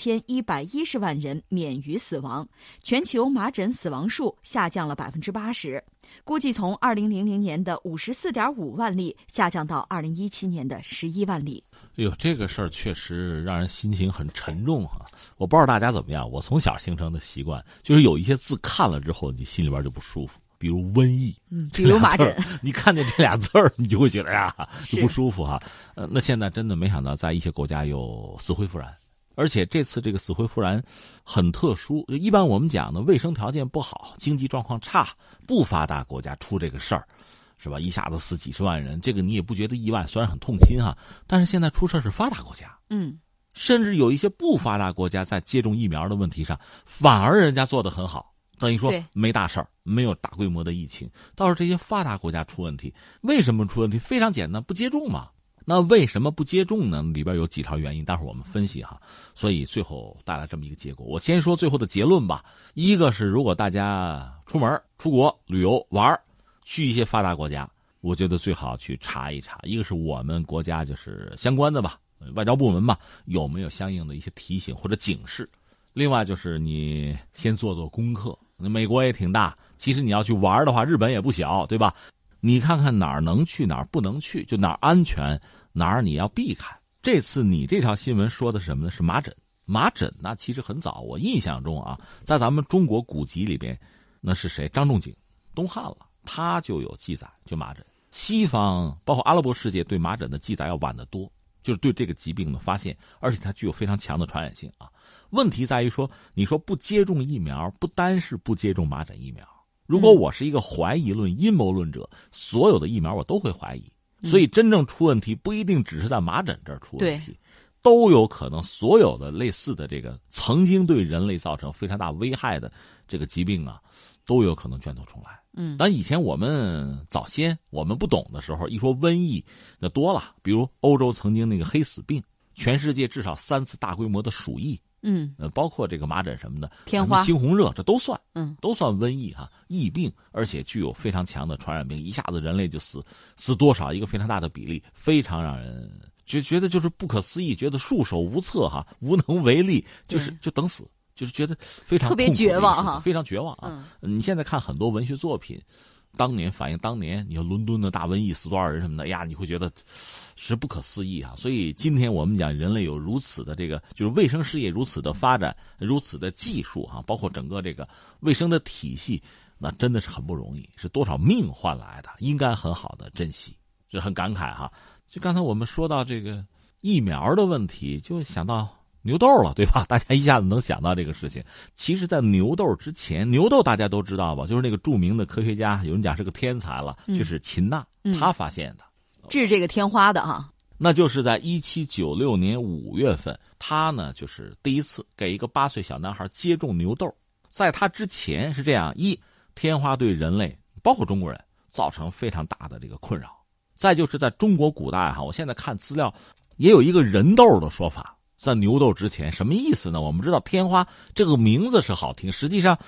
2110万人免于死亡，全球麻疹死亡数下降了80%，估计从2000年的54.5万例下降到2017年的11万例。 哎呦，这个事儿确实让人心情很沉重哈。我不知道大家怎么样，我从小形成的习惯就是有一些字看了之后，你心里边就不舒服，比如瘟疫， 比如麻疹， 你看见这俩字儿，你就会觉得呀，就不舒服哈。那现在真的没想到，在一些国家又死灰复燃，而且这次这个死灰复燃很特殊。一般我们讲的卫生条件不好、经济状况差、不发达国家出这个事儿，是吧？一下子死几十万人，这个你也不觉得意外，虽然很痛心哈。但是现在出事是发达国家，甚至有一些不发达国家在接种疫苗的问题上，反而人家做得很好，等于说没大事儿，没有大规模的疫情。倒是这些发达国家出问题，为什么出问题？非常简单，不接种嘛。那为什么不接种呢？里边有几条原因，待会儿我们分析哈。所以最后带来这么一个结果。我先说最后的结论吧。一个是，如果大家出门、出国旅游玩，去一些发达国家，我觉得最好去查一查。一个是我们国家就是相关的吧，外交部门吧，有没有相应的一些提醒或者警示。另外就是你先做做功课。美国也挺大，其实你要去玩的话，日本也不小，对吧？你看看哪儿能去，哪儿不能去，就哪儿安全，哪儿你要避开。这次你这条新闻说的是什么呢？是麻疹。麻疹呢，其实很早，我印象中啊，在咱们中国古籍里边，那是谁？张仲景，东汉了，他就有记载，就麻疹。西方包括阿拉伯世界对麻疹的记载要晚得多，就是对这个疾病的发现，而且它具有非常强的传染性啊。问题在于说，你说不接种疫苗，不单是不接种麻疹疫苗。如果我是一个怀疑论、阴谋论者，所有的疫苗我都会怀疑。所以真正出问题不一定只是在麻疹这儿出问题，都有可能所有的类似的这个曾经对人类造成非常大危害的这个疾病啊，都有可能卷土重来。但以前我们早先我们不懂的时候，一说瘟疫那多了，比如欧洲曾经那个黑死病，全世界至少3次大规模的鼠疫，包括这个麻疹什么的， 天花、 猩红热，这都算，都算瘟疫哈，疫病，而且具有非常强的传染病，一下子人类就死多少一个非常大的比例，非常让人觉得就是不可思议，觉得束手无策哈，无能为力，就等死，就是觉得非常特别绝望哈， 非常绝望啊！你现在看很多文学作品，当年反映当年，你说伦敦的大瘟疫死多少人什么的，呀，你会觉得是不可思议啊！所以今天我们讲人类有如此的这个，就是卫生事业如此的发展，如此的技术哈，包括整个这个卫生的体系，那真的是很不容易，是多少命换来的，应该很好的珍惜，这很感慨哈。就刚才我们说到这个疫苗的问题，就想到牛痘了，对吧？大家一下子能想到这个事情。其实在牛痘之前，牛痘大家都知道吧，就是那个著名的科学家，有人讲是个天才了，就是秦娜，他发现的治这个天花的哈。 那就是在1796年5月份，他呢就是第一次给一个8岁小男孩接种牛痘。在他之前是这样：一，天花对人类包括中国人造成非常大的这个困扰；再就是在中国古代哈，我现在看资料也有一个人痘的说法。在牛痘之前，什么意思呢？我们知道天花这个名字是好听，实际上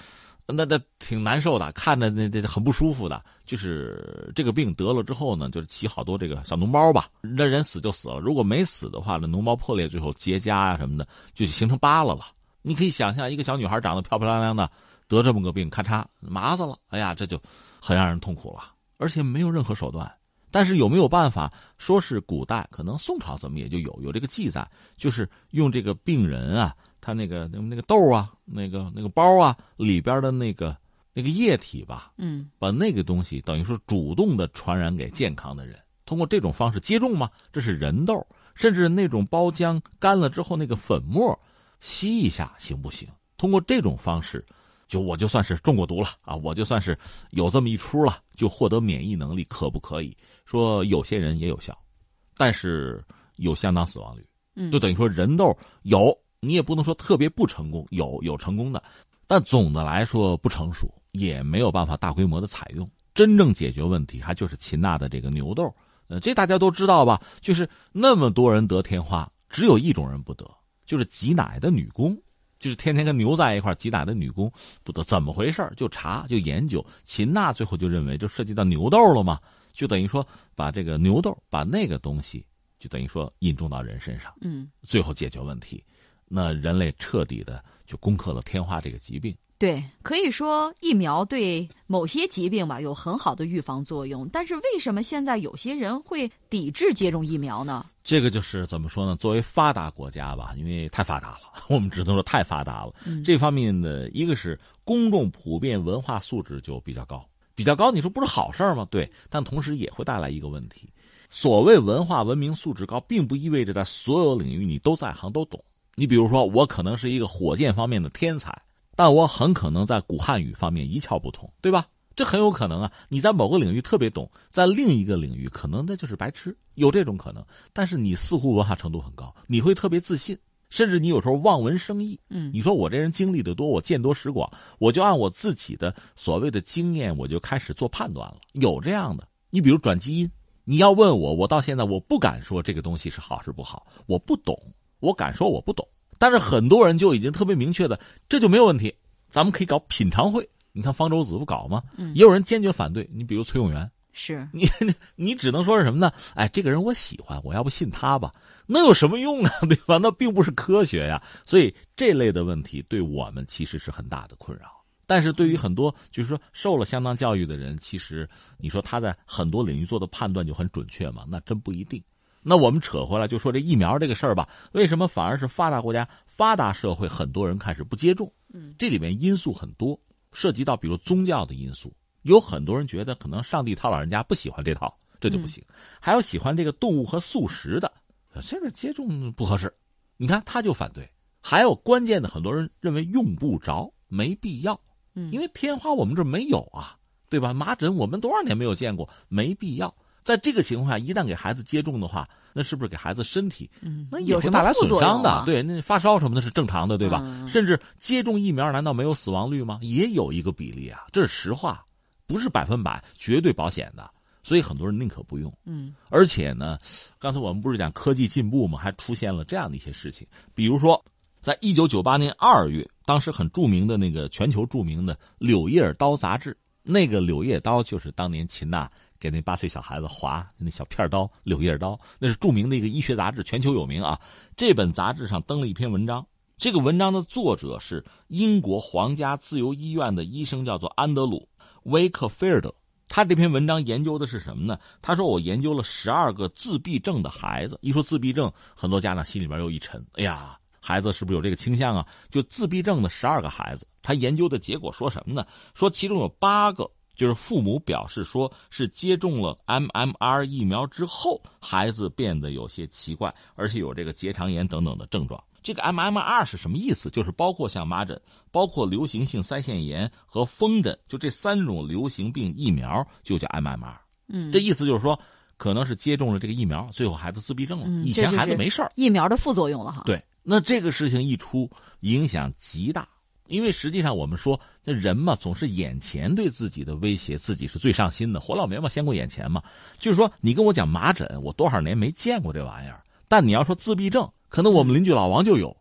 那挺难受的，看着那很不舒服的。就是这个病得了之后呢，就是起好多这个小脓包吧，那人死就死了，如果没死的话，那脓包破裂最后结痂啊什么的，就形成疤了。你可以想象一个小女孩长得漂漂亮亮的，得这么个病，咔嚓麻死了，哎呀，这就很让人痛苦了，而且没有任何手段。但是有没有办法？说是古代，可能宋朝怎么也就有这个记载，就是用这个病人啊，他那个豆啊，那个包啊里边的那个液体吧，把那个东西等于说主动的传染给健康的人，通过这种方式接种嘛，这是人豆，甚至那种包浆干了之后那个粉末吸一下行不行？通过这种方式。我就算是中过毒了啊，我就算是有这么一出了，就获得免疫能力，可不可以？说有些人也有效，但是有相当死亡率，就等于说人痘有，你也不能说特别不成功，有成功的，但总的来说不成熟，也没有办法大规模的采用。真正解决问题还就是秦娜的这个牛痘，这大家都知道吧？就是那么多人得天花，只有一种人不得，就是挤奶的女工。就是天天跟牛在一块挤奶的女工不得，怎么回事？就查就研究，秦娜最后就认为就涉及到牛痘了嘛，就等于说把这个牛痘把那个东西就等于说引种到人身上，最后解决问题，那人类彻底的就攻克了天花这个疾病。 对，可以说疫苗对某些疾病吧有很好的预防作用，但是为什么现在有些人会抵制接种疫苗呢？ 这个就是怎么说呢？作为发达国家吧，因为太发达了，我们只能说太发达了。这方面的一个是公众普遍文化素质就比较高，你说不是好事吗？对，但同时也会带来一个问题。所谓文化文明素质高，并不意味着在所有领域你都在行都懂。你比如说，我可能是一个火箭方面的天才，但我很可能在古汉语方面一窍不通，对吧？这很有可能啊，你在某个领域特别懂，在另一个领域可能那就是白痴，有这种可能。但是你似乎文化程度很高，你会特别自信，甚至你有时候望文生义。你说我这人经历的多，我见多识广，我就按我自己的所谓的经验，我就开始做判断了。有这样的，你比如转基因，你要问我到现在我不敢说这个东西是好是不好，我不懂，我敢说我不懂。但是很多人就已经特别明确的，这就没有问题，咱们可以搞品尝会。你看方舟子不搞吗？也有人坚决反对。你比如崔永元， 是你只能说是什么呢？哎，这个人我喜欢，我要不信他吧，那有什么用啊？对吧？那并不是科学呀。所以这类的问题对我们其实是很大的困扰。但是对于很多就是说受了相当教育的人，其实你说他在很多领域做的判断就很准确吗？那真不一定。那我们扯回来就说这疫苗这个事儿吧，为什么反而是发达国家、发达社会很多人开始不接种？这里面因素很多，涉及到比如宗教的因素，有很多人觉得可能上帝他老人家不喜欢这套，这就不行。还有喜欢这个动物和素食的，这个接种不合适，你看他就反对。还有关键的，很多人认为用不着，没必要，因为天花我们这没有啊，对吧？麻疹我们多少年没有见过，没必要。在这个情况下，一旦给孩子接种的话，那是不是给孩子身体那也会带来损伤的？对，那发烧什么的是正常的，对吧？甚至接种疫苗难道没有死亡率吗？也有一个比例啊，这是实话，不是100%绝对保险的。所以很多人宁可不用。而且呢，刚才我们不是讲科技进步吗？还出现了这样的一些事情，比如说在1998年2月，当时很著名的那个全球著名的《柳叶刀》杂志，那个柳叶刀就是当年秦娜给那8岁小孩子划那小片刀，柳叶刀，那是著名的一个医学杂志，全球有名啊。这本杂志上登了一篇文章，这个文章的作者是英国皇家自由医院的医生，叫做安德鲁·威克菲尔德。他这篇文章研究的是什么呢？他说我研究了12个自闭症的孩子。一说自闭症，很多家长心里边又一沉，哎呀，孩子是不是有这个倾向啊？就自闭症的12个孩子，他研究的结果说什么呢？说其中有8个就是父母表示说是接种了 MMR 疫苗之后，孩子变得有些奇怪，而且有这个结肠炎等等的症状。这个 MMR 是什么意思？就是包括像麻疹，包括流行性腮腺炎和风疹，就这3种流行病疫苗就叫 MMR。这意思就是说，可能是接种了这个疫苗，最后孩子自闭症了。以前孩子没事儿， 疫苗的副作用了哈。 对，那这个事情一出，影响极大。因为实际上我们说，那人嘛，总是眼前对自己的威胁，自己是最上心的。活老绵嘛，先过眼前嘛。就是说，你跟我讲麻疹，我多少年没见过这玩意儿。但你要说自闭症，可能我们邻居老王就有，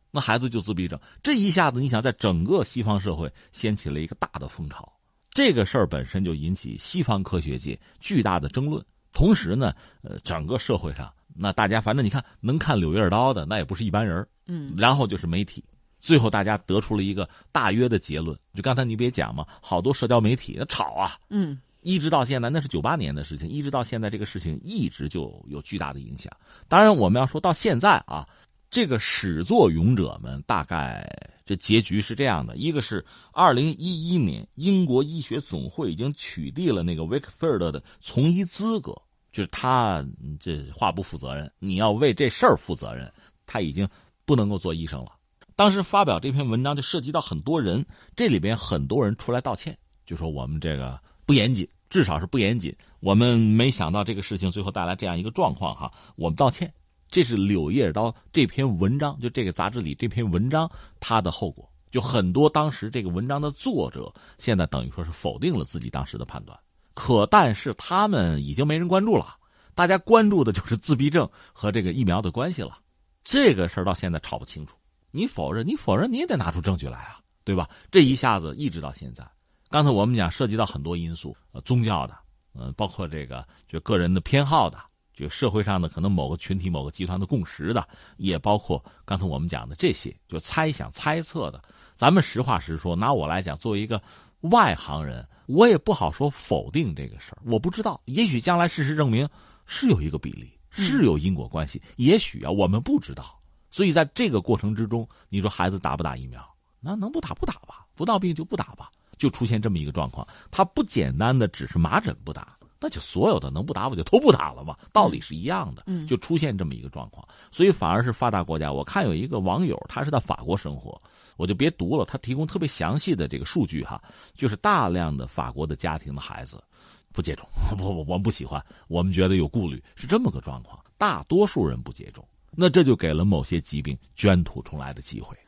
那孩子就自闭症。这一下子你想在整个西方社会掀起了一个大的风潮，这个事儿本身就引起西方科学界巨大的争论。同时呢整个社会上那大家反正你看能看柳叶刀的那也不是一般人，然后就是媒体，最后大家得出了一个大约的结论，就刚才你不也讲嘛，好多社交媒体吵啊，一直到现在，那是98年的事情，一直到现在这个事情一直就有巨大的影响。当然我们要说到现在啊，这个始作俑者们大概这结局是这样的，一个是2011年英国医学总会已经取缔了那个 Wakefield 的从医资格，就是他这话不负责任，你要为这事儿负责任，他已经不能够做医生了。当时发表这篇文章就涉及到很多人，这里边很多人出来道歉，就说我们这个不严谨，至少是不严谨，我们没想到这个事情最后带来这样一个状况哈，我们道歉。这是柳叶刀这篇文章，就这个杂志里这篇文章它的后果，就很多当时这个文章的作者现在等于说是否定了自己当时的判断，但是他们已经没人关注了，大家关注的就是自闭症和这个疫苗的关系了。这个事儿到现在吵不清楚，你否认你也得拿出证据来啊，对吧？这一下子一直到现在，刚才我们讲涉及到很多因素，宗教的，包括这个就个人的偏好的，就社会上的可能某个群体某个集团的共识的，也包括刚才我们讲的这些就猜想猜测的。咱们实话实说，拿我来讲，作为一个外行人，我也不好说否定这个事儿，我不知道，也许将来事实证明是有一个比例，是有因果关系，也许啊我们不知道。所以在这个过程之中，你说孩子打不打疫苗，那能不打不打吧，不到病就不打吧，就出现这么一个状况。它不简单的只是麻疹不打，那就所有的能不打我就都不打了嘛，道理是一样的，就出现这么一个状况。所以反而是发达国家，我看有一个网友他是在法国生活，我就别读了，他提供特别详细的这个数据哈，就是大量的法国的家庭的孩子不接种，我们不喜欢，我们觉得有顾虑，是这么个状况，大多数人不接种，那这就给了某些疾病卷土重来的机会。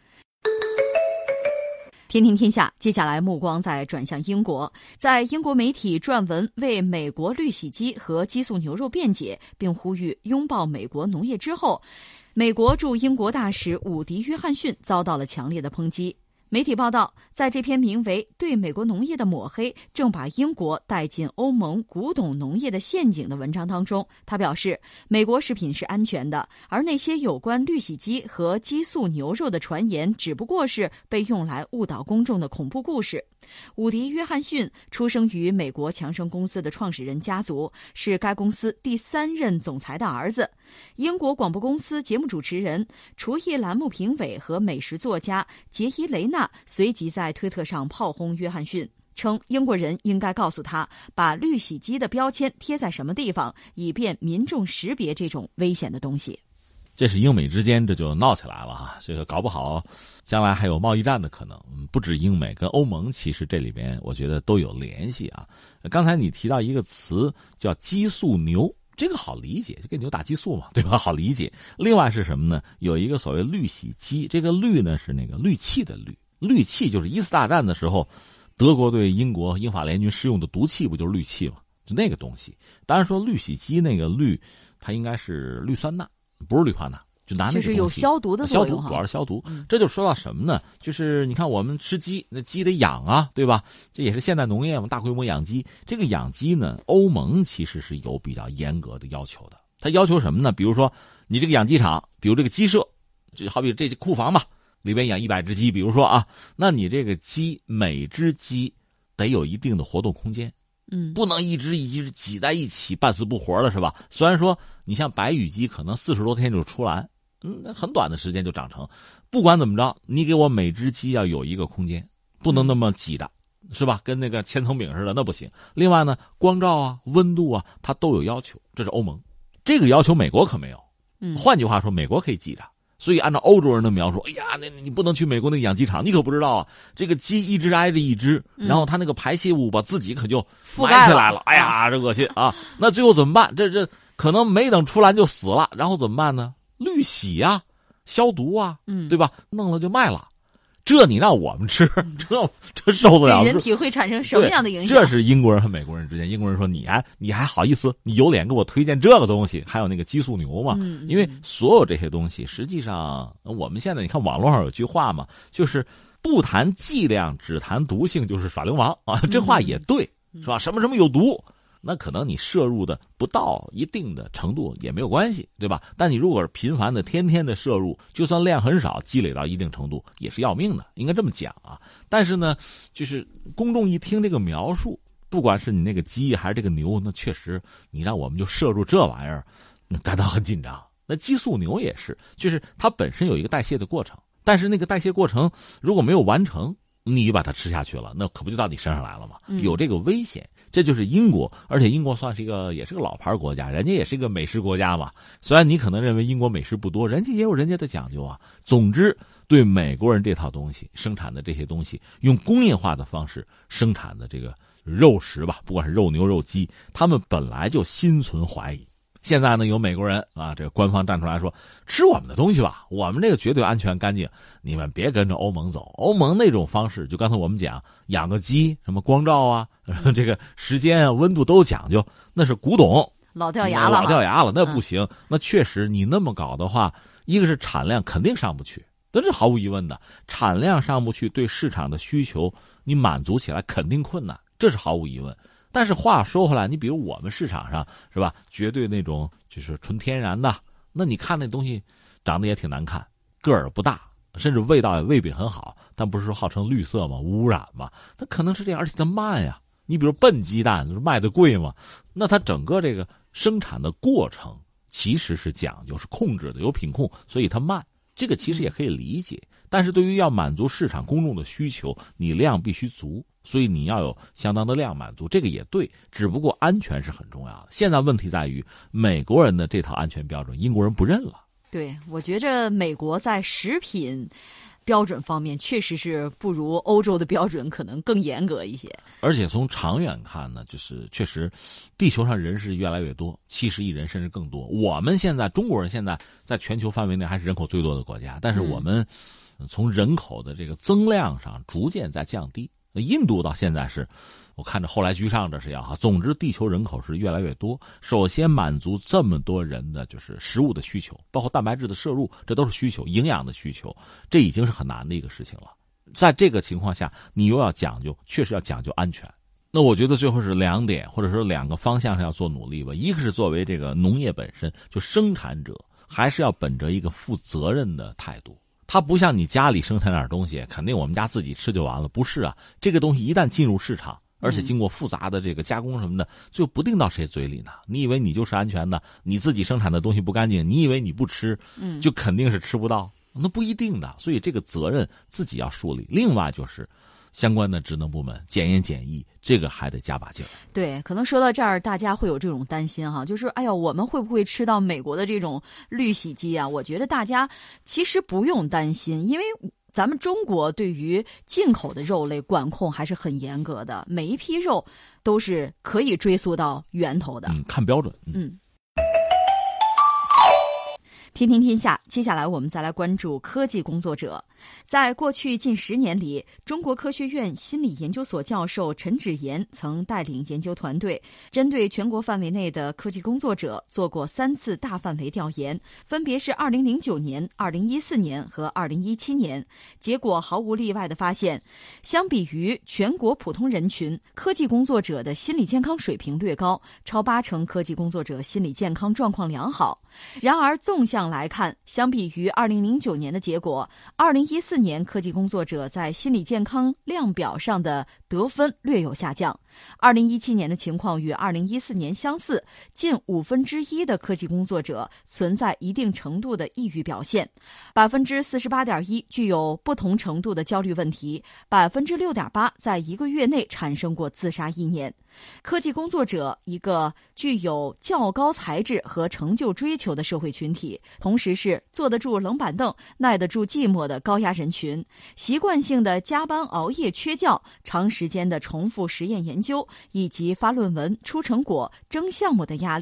天天天下，接下来目光再转向英国。在英国媒体撰文为美国绿洗鸡和激素牛肉辩解，并呼吁拥抱美国农业之后，美国驻英国大使伍迪·约翰逊遭到了强烈的抨击。媒体报道，在这篇名为《对美国农业的抹黑正把英国带进欧盟古董农业的陷阱》的文章当中，他表示，美国食品是安全的，而那些有关绿洗鸡和激素牛肉的传言只不过是被用来误导公众的恐怖故事。伍迪·约翰逊出生于美国强生公司的创始人家族，是该公司第3任总裁的儿子。英国广播公司节目主持人、厨艺栏目评委和美食作家杰伊·雷纳随即在推特上炮轰约翰逊，称英国人应该告诉他把绿洗鸡的标签贴在什么地方，以便民众识别这种危险的东西。 这是英美之间这就闹起来了哈，这个搞不好将来还有贸易战的可能，不止英美跟欧盟，其实这里边我觉得都有联系啊。刚才你提到一个词叫激素牛，这个好理解，就给牛打激素嘛，对吧？好理解。另外是什么呢？有一个所谓绿洗鸡，这个绿呢是那个氯气的氯，氯气就是1次大战的时候德国对英国英法联军施用的毒气，不就是氯气吗？就那个东西。当然说氯洗鸡那个氯，它应该是氯酸钠，不是氯化钠，就拿那个东西， 就是有消毒的作用， 主要是消毒。这就说到什么呢？就是你看我们吃鸡，那鸡得养啊，对吧？这也是现代农业嘛，大规模养鸡。这个养鸡呢，欧盟其实是有比较严格的要求的。它要求什么呢？比如说你这个养鸡场，比如这个鸡舍，就好比这些库房吧，里边养100只鸡，比如说啊，那你这个鸡每只鸡得有一定的活动空间。不能一只挤在一起半死不活了，是吧？虽然说你像白羽鸡可能40多天就出栏，很短的时间就长成。不管怎么着，你给我每只鸡要有一个空间，不能那么挤着，是吧？跟那个千层饼似的，那不行。另外呢，光照啊、温度啊，它都有要求，这是欧盟。这个要求美国可没有。换句话说，美国可以挤着。所以按照欧洲人的描述，哎呀，那你不能去美国那个养鸡场，你可不知道啊，这个鸡一只挨着一只，然后它那个排泄物把自己可就埋起来了，哎呀，这恶心啊！那最后怎么办？这可能没等出栏就死了，然后怎么办呢？滤洗啊，消毒啊，对吧？弄了就卖了。 这你让我们吃，这受得了？ 对人体会产生什么样的影响？ 这是英国人和美国人之间。英国人说你还好意思，你有脸给我推荐这个东西？还有那个激素牛嘛？因为所有这些东西，实际上我们现在你看网络上有句话嘛，就是不谈剂量，只谈毒性，就是耍流氓啊！这话也对，是吧？什么什么有毒？那可能你摄入的不到一定的程度也没有关系，对吧？但你如果是频繁的、天天的摄入，就算量很少，积累到一定程度也是要命的，应该这么讲啊。但是呢，就是公众一听这个描述，不管是你那个鸡还是这个牛，那确实你让我们就摄入这玩意儿，感到很紧张。那激素牛也是，就是它本身有一个代谢的过程，但是那个代谢过程如果没有完成，你把它吃下去了，那可不就到你身上来了吗？有这个危险。这就是英国，而且英国算是也是个老牌国家，人家也是一个美食国家嘛。虽然你可能认为英国美食不多，人家也有人家的讲究啊。总之，对美国人这套东西生产的这些东西，用工业化的方式生产的这个肉食吧，不管是肉牛肉鸡，他们本来就心存怀疑。现在呢，有美国人啊，这个官方站出来说，吃我们的东西吧，我们这个绝对安全干净，你们别跟着欧盟走。欧盟那种方式，就刚才我们讲养个鸡，什么光照啊，这个时间啊、温度都讲究，那是古董， 老掉牙了， 那不行。那确实，你那么搞的话，一个是产量肯定上不去，这是毫无疑问的，产量上不去，对市场的需求你满足起来肯定困难，这是毫无疑问。但是话说回来，你比如我们市场上是吧，绝对那种就是纯天然的，那你看那东西长得也挺难看，个儿不大，甚至味道也未必很好，但不是说号称绿色嘛，无污染嘛，它可能是这样，而且它慢呀。你比如笨鸡蛋卖的贵嘛，那它整个这个生产的过程其实是讲究是控制的，有品控，所以它慢，这个其实也可以理解。但是对于要满足市场公众的需求，你量必须足，所以你要有相当的量满足，这个也对，只不过安全是很重要的。现在问题在于美国人的这套安全标准英国人不认了。对， 我觉着美国在食品标准方面确实是不如欧洲的标准可能更严格一些。 而且从长远看呢，就是确实地球上人是越来越多，70亿人甚至更多。我们现在中国人现在在全球范围内还是人口最多的国家，但是我们从人口的这个增量上逐渐在降低。印度到现在是我看着后来居上，这是要哈。总之地球人口是越来越多，首先满足这么多人的就是食物的需求，包括蛋白质的摄入，这都是需求，营养的需求，这已经是很难的一个事情了。在这个情况下，你又要讲究，确实要讲究安全。那我觉得最后是2点，或者说2个方向上要做努力吧。一个是作为这个农业本身，就生产者还是要本着一个负责任的态度。它不像你家里生产点东西，肯定我们家自己吃就完了，不是啊。这个东西一旦进入市场，而且经过复杂的这个加工什么的，最后不定到谁嘴里呢？你以为你就是安全的，你自己生产的东西不干净，你以为你不吃，就肯定是吃不到？那不一定的。所以这个责任自己要树立。另外就是相关的职能部门检验检疫，这个还得加把劲。对，可能说到这儿，大家会有这种担心哈，就是哎呀，我们会不会吃到美国的这种绿洗鸡啊？我觉得大家其实不用担心，因为咱们中国对于进口的肉类管控还是很严格的，每一批肉都是可以追溯到源头的。看标准。天天天下，接下来我们再来关注科技工作者。在过去近10年里，中国科学院心理研究所教授陈芷岩曾带领研究团队，针对全国范围内的科技工作者做过3次大范围调研，分别是2009年、2014年和2017年。结果毫无例外地发现，相比于全国普通人群，科技工作者的心理健康水平略高，超80%科技工作者心理健康状况良好。然而纵向来看，相比于2009年的结果，2014年科技工作者在心理健康量表上的得分略有下降。2017年的情况与2014年相似，近1/5的科技工作者存在一定程度的抑郁表现，48.1%具有不同程度的焦虑问题，6.8%在1个月内产生过自杀意念。科技工作者一个具有较高才智和成就追求的社会群体，同时是坐得住冷板凳、耐得住寂寞的高压人群。习惯性的加班熬夜缺觉、长时间的重复实验研究以及发论文、出成果、争项目的压力，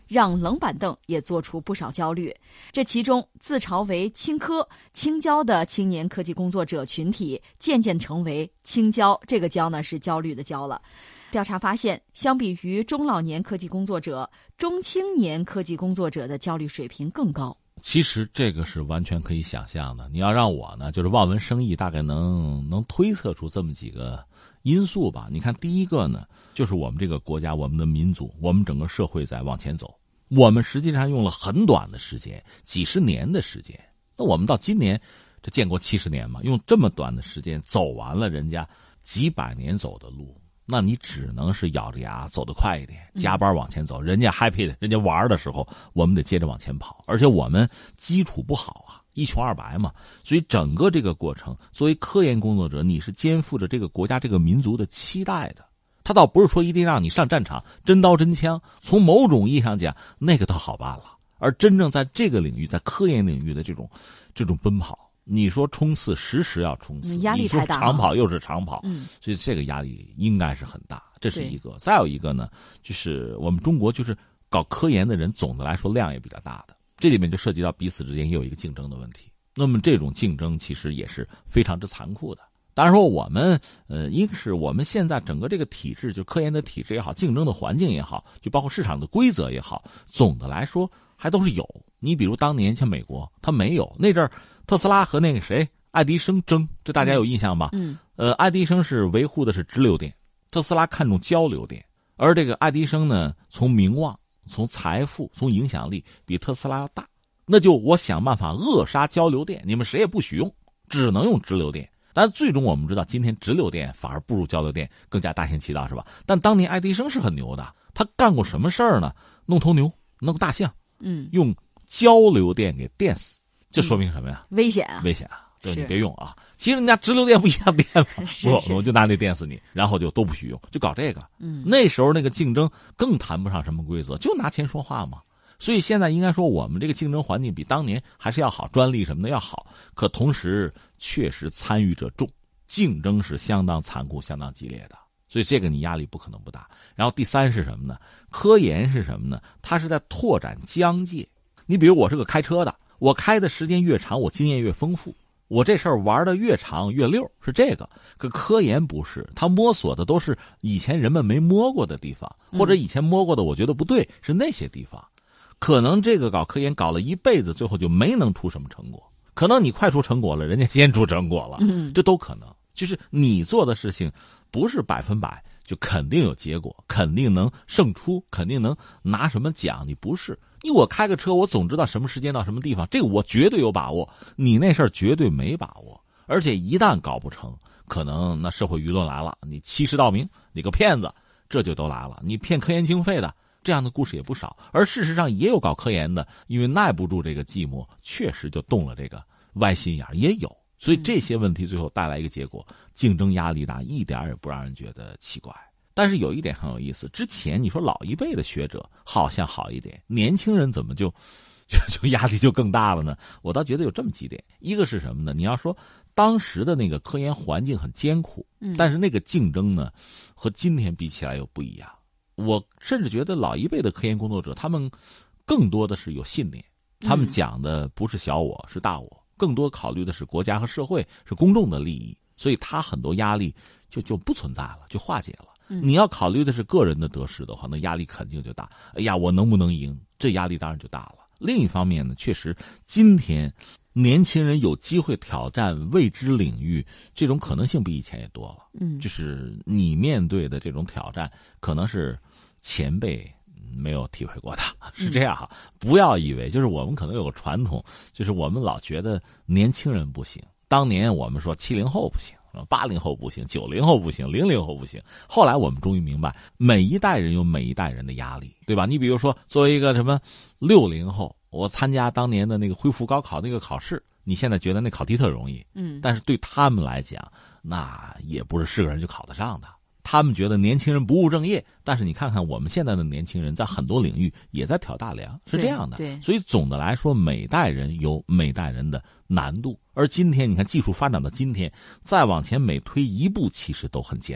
让冷板凳也做出不少焦虑。这其中，自嘲为青科、青椒的青年科技工作者群体，渐渐成为青椒，这个椒呢是焦虑的椒了。调查发现，相比于中老年科技工作者，中青年科技工作者的焦虑水平更高。 其实这个是完全可以想象的。你要让我呢，就是望文生义，大概能推测出这么几个因素吧。你看，第一个呢，就是我们这个国家、我们的民族、我们整个社会在往前走。我们实际上用了很短的时间，几十年的时间。那我们到今年，这建国70年嘛，用这么短的时间走完了人家几百年走的路。那你只能是咬着牙走得快一点，加班往前走。人家 happy 的，人家玩的时候，我们得接着往前跑。而且我们基础不好啊，一穷二白嘛，所以整个这个过程，作为科研工作者，你是肩负着这个国家、这个民族的期待的。他倒不是说一定让你上战场真刀真枪，从某种意义上讲，那个倒好办了。而真正在这个领域，在科研领域的这种奔跑。你说冲刺，时要冲刺， 压力太大了。 你说长跑又是长跑，所以这个压力应该是很大，这是一个。再有一个呢，就是我们中国就是搞科研的人，总的来说量也比较大的，这里面就涉及到彼此之间也有一个竞争的问题。那么这种竞争其实也是非常之残酷的。当然说我们，一个是我们现在整个这个体制，就科研的体制也好，竞争的环境也好，就包括市场的规则也好，总的来说还都是有。你比如当年像美国，它没有那阵儿。特斯拉和那个谁爱迪生争，这大家有印象吧？爱迪生是维护的是直流电，特斯拉看重交流电，而这个爱迪生呢，从名望、从财富、从影响力比特斯拉要大，那就我想办法扼杀交流电，你们谁也不许用，只能用直流电。但最终我们知道，今天直流电反而不如交流电更加大行其道，是吧？但当年爱迪生是很牛的，他干过什么事儿呢？弄头牛，弄个大象，用交流电给电死。这说明什么呀？ 危险啊！ 危险啊！对，你别用啊！其实人家直流电不一样电吗？我就拿那电死你，然后就都不许用，就搞这个。那时候那个竞争更谈不上什么规则，就拿钱说话嘛。所以现在应该说我们这个竞争环境比当年还是要好，专利什么的要好。可同时确实参与者众，竞争是相当残酷、相当激烈的。所以这个你压力不可能不大。然后第三是什么呢？科研是什么呢？它是在拓展疆界。你比如我是个开车的。我开的时间越长，我经验越丰富，我这事儿玩的越长越溜，是这个。可科研不是，他摸索的都是以前人们没摸过的地方，或者以前摸过的我觉得不对，是那些地方。可能这个搞科研搞了一辈子，最后就没能出什么成果。可能你快出成果了，人家先出成果了，这都可能。就是你做的事情不是100%就肯定有结果，肯定能胜出，肯定能拿什么奖，你不是。因为我开个车，我总知道什么时间到什么地方，这个我绝对有把握。你那事儿绝对没把握，而且一旦搞不成，可能那社会舆论来了，你欺世盗名，你个骗子，这就都来了。你骗科研经费的，这样的故事也不少。而事实上也有搞科研的，因为耐不住这个寂寞，确实就动了这个歪心眼，也有。所以这些问题最后带来一个结果，竞争压力大，一点也不让人觉得奇怪。但是有一点很有意思，之前你说老一辈的学者好像好一点，年轻人怎么就压力就更大了呢？我倒觉得有这么几点。一个是什么呢？你要说当时的那个科研环境很艰苦，但是那个竞争呢和今天比起来又不一样。我甚至觉得老一辈的科研工作者，他们更多的是有信念，他们讲的不是小我，是大我，更多考虑的是国家和社会，是公众的利益，所以他很多压力就不存在了，就化解了。你要考虑的是个人的得失的话，那压力肯定就大。哎呀，我能不能赢？这压力当然就大了。另一方面呢，确实今天年轻人有机会挑战未知领域，这种可能性比以前也多了。就是你面对的这种挑战，可能是前辈没有体会过的，是这样哈。不要以为就是我们可能有个传统，就是我们老觉得年轻人不行。当年我们说70后不行，80后不行，90后不行，00后不行。后来我们终于明白，每一代人有每一代人的压力，对吧？你比如说，作为一个什么60后，我参加当年的那个恢复高考那个考试，你现在觉得那考题特容易，但是对他们来讲，那也不是个人就考得上的。他们觉得年轻人不务正业，但是你看看我们现在的年轻人在很多领域也在挑大梁，是这样的。 对， 所以总的来说，每代人有每代人的难度。而今天你看技术发展到今天，再往前每推一步其实都很艰难。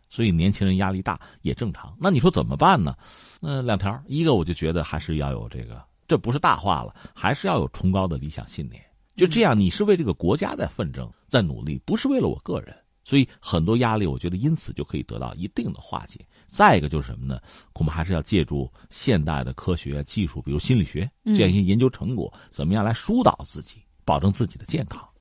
所以年轻人压力大也正常。那你说怎么办呢？两条，一个我就觉得还是要有这不是大话了，还是要有崇高的理想信念。就这样，你是为这个国家在奋争，在努力，不是为了我个人。所以很多压力，我觉得因此就可以得到一定的化解。再一个就是什么呢？恐怕还是要借助现代的科学技术，比如心理学这样一些研究成果，怎么样来疏导自己，保证自己的健康。